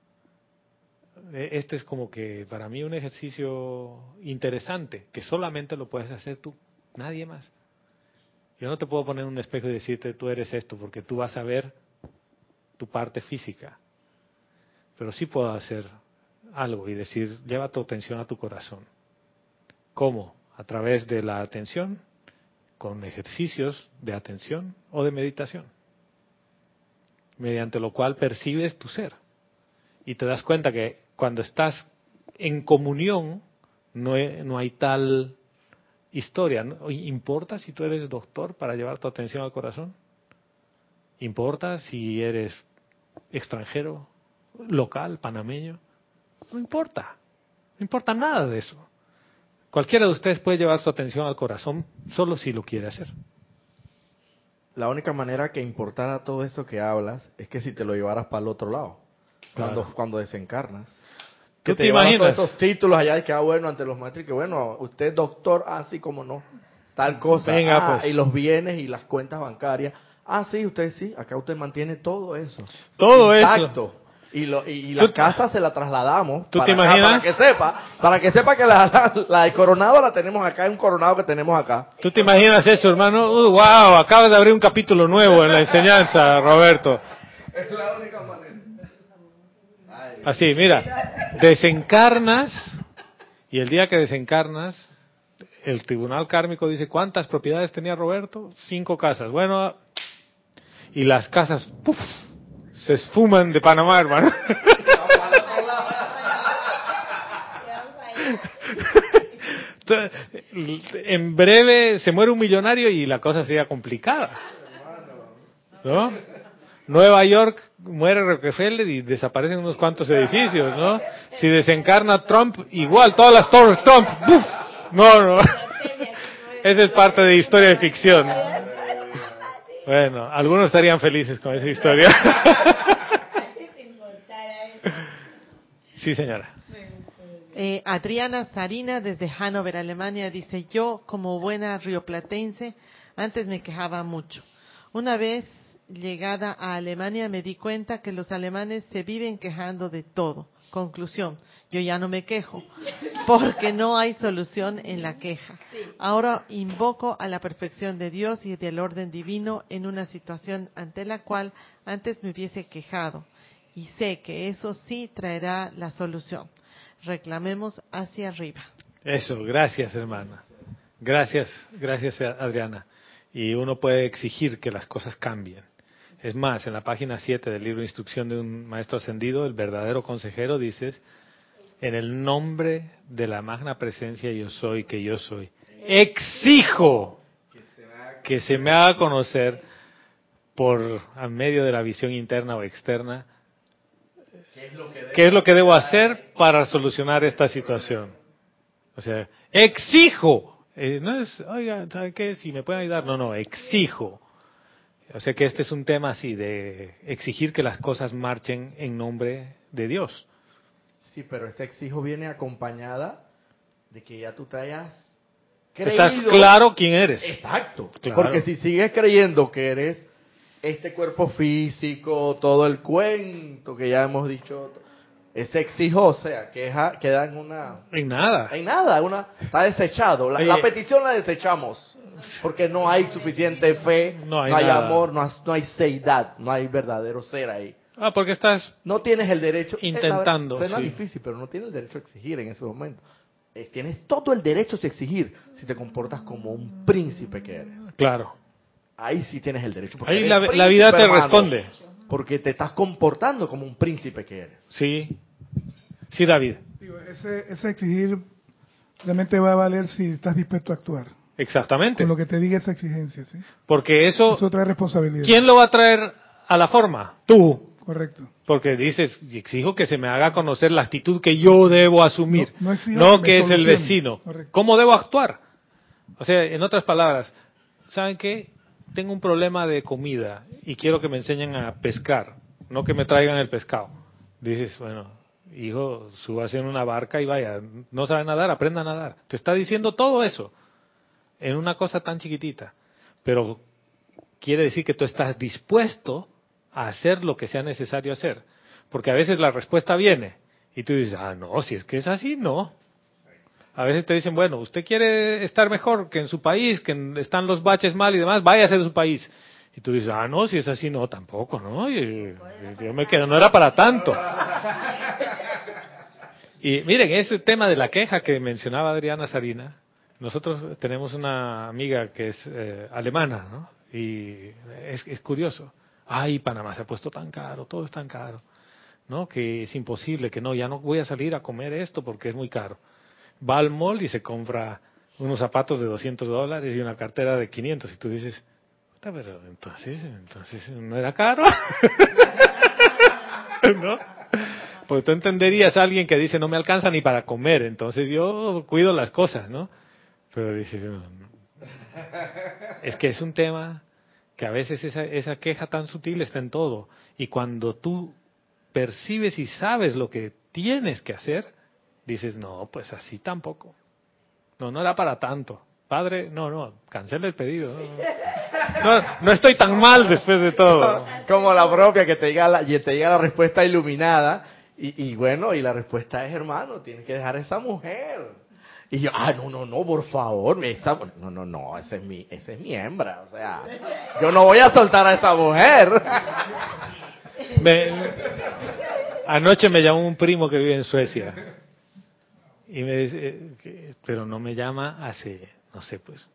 Este es como que para mí un ejercicio interesante, que solamente lo puedes hacer tú, nadie más. Yo no te puedo poner en un espejo y decirte tú eres esto, porque tú vas a ver tu parte física. Pero sí puedo hacer algo y decir, lleva tu atención a tu corazón. ¿Cómo? A través de la atención, con ejercicios de atención o de meditación, mediante lo cual percibes tu ser. Y te das cuenta que cuando estás en comunión, no hay, no hay tal historia. ¿No? ¿Importa si tú eres doctor para llevar tu atención al corazón? ¿Importa si eres extranjero, local, panameño? No importa. No importa nada de eso. Cualquiera de ustedes puede llevar su atención al corazón solo si lo quiere hacer. La única manera que importara todo eso que hablas es que si te lo llevaras para el otro lado, claro. cuando, cuando desencarnas. Que ¿Tú te, te imaginas? Todos esos títulos allá de que, ah, bueno, ante los maestros, que bueno, usted doctor, así ah, como no, tal cosa. Venga, ah, pues. Y los bienes y las cuentas bancarias. Ah, sí, usted sí, acá usted mantiene todo eso. Todo intacto. eso. Y, lo, y, y la casa se la trasladamos. ¿Tú para, te imaginas? Para que sepa, para que sepa que la, la, la de Coronado la tenemos acá, es un Coronado que tenemos acá. ¿Tú te imaginas eso, hermano? Uh, wow, acabas de abrir un capítulo nuevo en la enseñanza, Roberto. Es la única manera. Así, mira, desencarnas y el día que desencarnas, el tribunal kármico dice, ¿cuántas propiedades tenía Roberto? Cinco casas. Bueno, y las casas, ¡puf!, se esfuman de Panamá, hermano. En breve se muere un millonario y la cosa sería complicada, ¿no? Nueva York muere Rockefeller y desaparecen unos cuantos edificios, ¿no? Si desencarna Trump, igual todas las torres Trump, ¡buf! No, no. Esa es parte de historia de ficción. Bueno, algunos estarían felices con esa historia. Sí, señora. Eh, Adriana Sarina, desde Hannover, Alemania, dice, yo, como buena rioplatense, antes me quejaba mucho. Una vez llegada a Alemania me di cuenta que los alemanes se viven quejando de todo. Conclusión, yo ya no me quejo, porque no hay solución en la queja. Ahora invoco a la perfección de Dios y del orden divino en una situación ante la cual antes me hubiese quejado. Y sé que eso sí traerá la solución. Reclamemos hacia arriba. Eso, gracias, hermana. Gracias, gracias, Adriana. Y uno puede exigir que las cosas cambien. Es más, en la página siete del libro Instrucción de un Maestro Ascendido, el verdadero consejero, dices, en el nombre de la magna presencia yo soy, que yo soy, exijo que se me haga conocer por a medio de la visión interna o externa qué es lo que debo hacer para solucionar esta situación. O sea, exijo. Eh, no es, oiga, ¿sabe qué? Si me pueden ayudar. No, no, exijo. O sea que este es un tema así de exigir que las cosas marchen en nombre de Dios. Sí, pero ese exijo viene acompañada de que ya tú te hayas creído. Estás claro quién eres. Exacto. Claro. Porque si sigues creyendo que eres este cuerpo físico, todo el cuento que ya hemos dicho, ese exijo, o sea, queja, queda en una... En nada. En nada, una, está desechado. La, Oye, la petición la desechamos. Porque no hay suficiente fe, no hay, no hay nada. amor, no hay, no hay seidad, no hay verdadero ser ahí. Ah, porque estás no tienes el derecho. intentando. Suena sí. difícil, pero no tienes el derecho a exigir en ese momento. eh, tienes todo el derecho de exigir si te comportas como un príncipe que eres. Claro. Ahí sí tienes el derecho. Ahí la, la vida te hermano, responde. Porque te estás comportando como un príncipe que eres. Sí. Sí, David. Digo, ese, ese exigir realmente va a valer si estás dispuesto a actuar. Exactamente. Con lo que te diga esa exigencia, ¿sí? Porque eso... Es otra responsabilidad. ¿Quién lo va a traer a la forma? Tú. Correcto. Porque dices, exijo que se me haga conocer la actitud que yo debo asumir, no, no, no que, que es solucione. el vecino. Correcto. ¿Cómo debo actuar? O sea, en otras palabras, ¿saben qué? Tengo un problema de comida y quiero que me enseñen a pescar, no que me traigan el pescado. Dices, bueno, hijo, súbase en una barca y vaya, no sabe nadar, aprenda a nadar. Te está diciendo todo eso en una cosa tan chiquitita, pero quiere decir que tú estás dispuesto a hacer lo que sea necesario hacer. Porque a veces la respuesta viene y tú dices, ah, no, si es que es así, no. A veces te dicen, bueno, usted quiere estar mejor que en su país, que están los baches mal y demás, váyase de su país. Y tú dices, ah, no, si es así, no, tampoco, ¿no? Y, yo me quedo, no era para tanto. Y miren, ese tema de la queja que mencionaba Adriana Sarina, nosotros tenemos una amiga que es eh, alemana, ¿no? Y es, es curioso. Ay, Panamá se ha puesto tan caro, todo es tan caro, ¿no? Que es imposible, que no, ya no voy a salir a comer esto porque es muy caro. Va al mall y se compra unos zapatos de doscientos dólares y una cartera de quinientos. Y tú dices, puta, pero entonces, entonces no era caro. ¿No? Porque tú entenderías a alguien que dice, no me alcanza ni para comer, entonces yo cuido las cosas, ¿no? Pero dices, no, no. Es que es un tema que a veces esa, esa queja tan sutil está en todo. Y cuando tú percibes y sabes lo que tienes que hacer, dices, no, pues así tampoco. No, no era para tanto. Padre, no, no, cancela el pedido. No, no, no estoy tan mal después de todo. Como la propia, que te llega la, y te llega la respuesta iluminada. Y, y bueno, y la respuesta es, hermano, tienes que dejar a esa mujer. Y yo, ah, no, no, no, por favor, esta, no, no, no, esa es mi, esa es mi hembra, o sea, yo no voy a soltar a esa mujer. Me, anoche me llamó un primo que vive en Suecia y me dice, eh, pero no me llama hace, no sé, pues,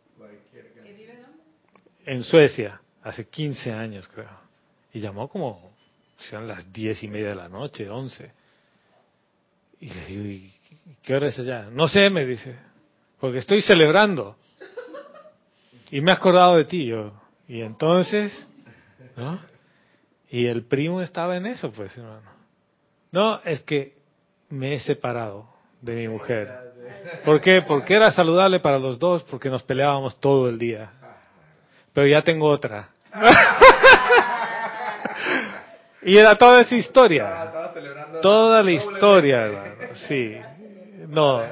en Suecia, hace quince años creo, y llamó como, sean las diez y media de la noche, once. Y le digo, ¿y qué hora es allá? No sé, me dice, porque estoy celebrando. Y me he acordado de ti, yo. Y entonces, ¿no? Y el primo estaba en eso, pues, hermano. No, es que me he separado de mi mujer. ¿Por qué? Porque era saludable para los dos, porque nos peleábamos todo el día. Pero ya tengo otra. Y era toda esa historia. Toda la historia, hermano. Sí. No.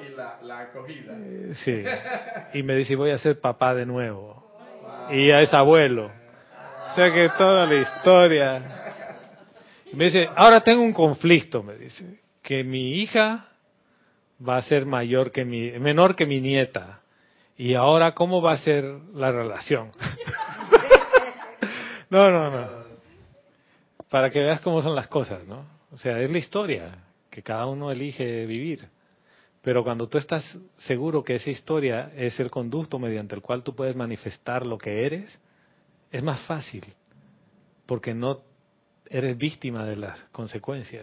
Sí. Y me dice, voy a ser papá de nuevo. Y ya es abuelo. O sea que toda la historia. Y me dice, ahora tengo un conflicto, me dice. Que mi hija va a ser mayor que mi, menor que mi nieta. Y ahora, ¿cómo va a ser la relación? No, no, no. Para que veas cómo son las cosas, ¿no? O sea, es la historia que cada uno elige vivir. Pero cuando tú estás seguro que esa historia es el conducto mediante el cual tú puedes manifestar lo que eres, es más fácil, porque no eres víctima de las consecuencias.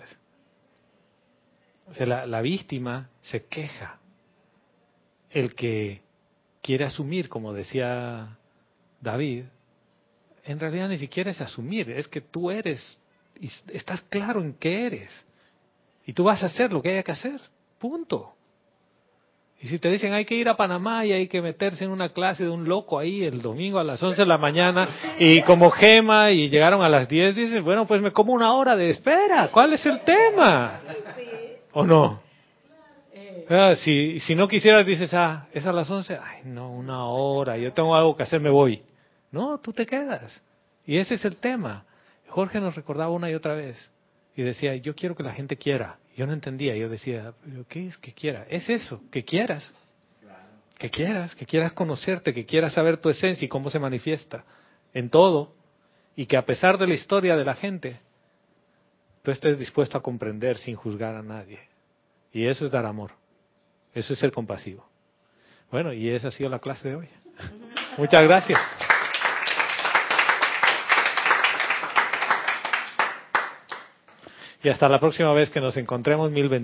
O sea, la, la víctima se queja. El que quiere asumir, como decía David, en realidad ni siquiera es asumir, es que tú eres, y estás claro en qué eres. Y tú vas a hacer lo que haya que hacer, punto. Y si te dicen hay que ir a Panamá y hay que meterse en una clase de un loco ahí el domingo a las once de la mañana y como gema y llegaron a las diez, dices, bueno, pues me como una hora de espera, ¿cuál es el tema? ¿O no? Ah, si, si no quisieras, dices, ah, es a las once, ay, no, una hora, yo tengo algo que hacer, me voy. No, tú te quedas. Y ese es el tema. Jorge nos recordaba una y otra vez. Y decía, yo quiero que la gente quiera. Yo no entendía. Yo decía, ¿qué es que quiera? Es eso, que quieras. Que quieras, que quieras conocerte, que quieras saber tu esencia y cómo se manifiesta en todo. Y que a pesar de la historia de la gente, tú estés dispuesto a comprender sin juzgar a nadie. Y eso es dar amor. Eso es ser compasivo. Bueno, y esa ha sido la clase de hoy. Muchas gracias. Y hasta la próxima vez que nos encontremos, mil bendiciones.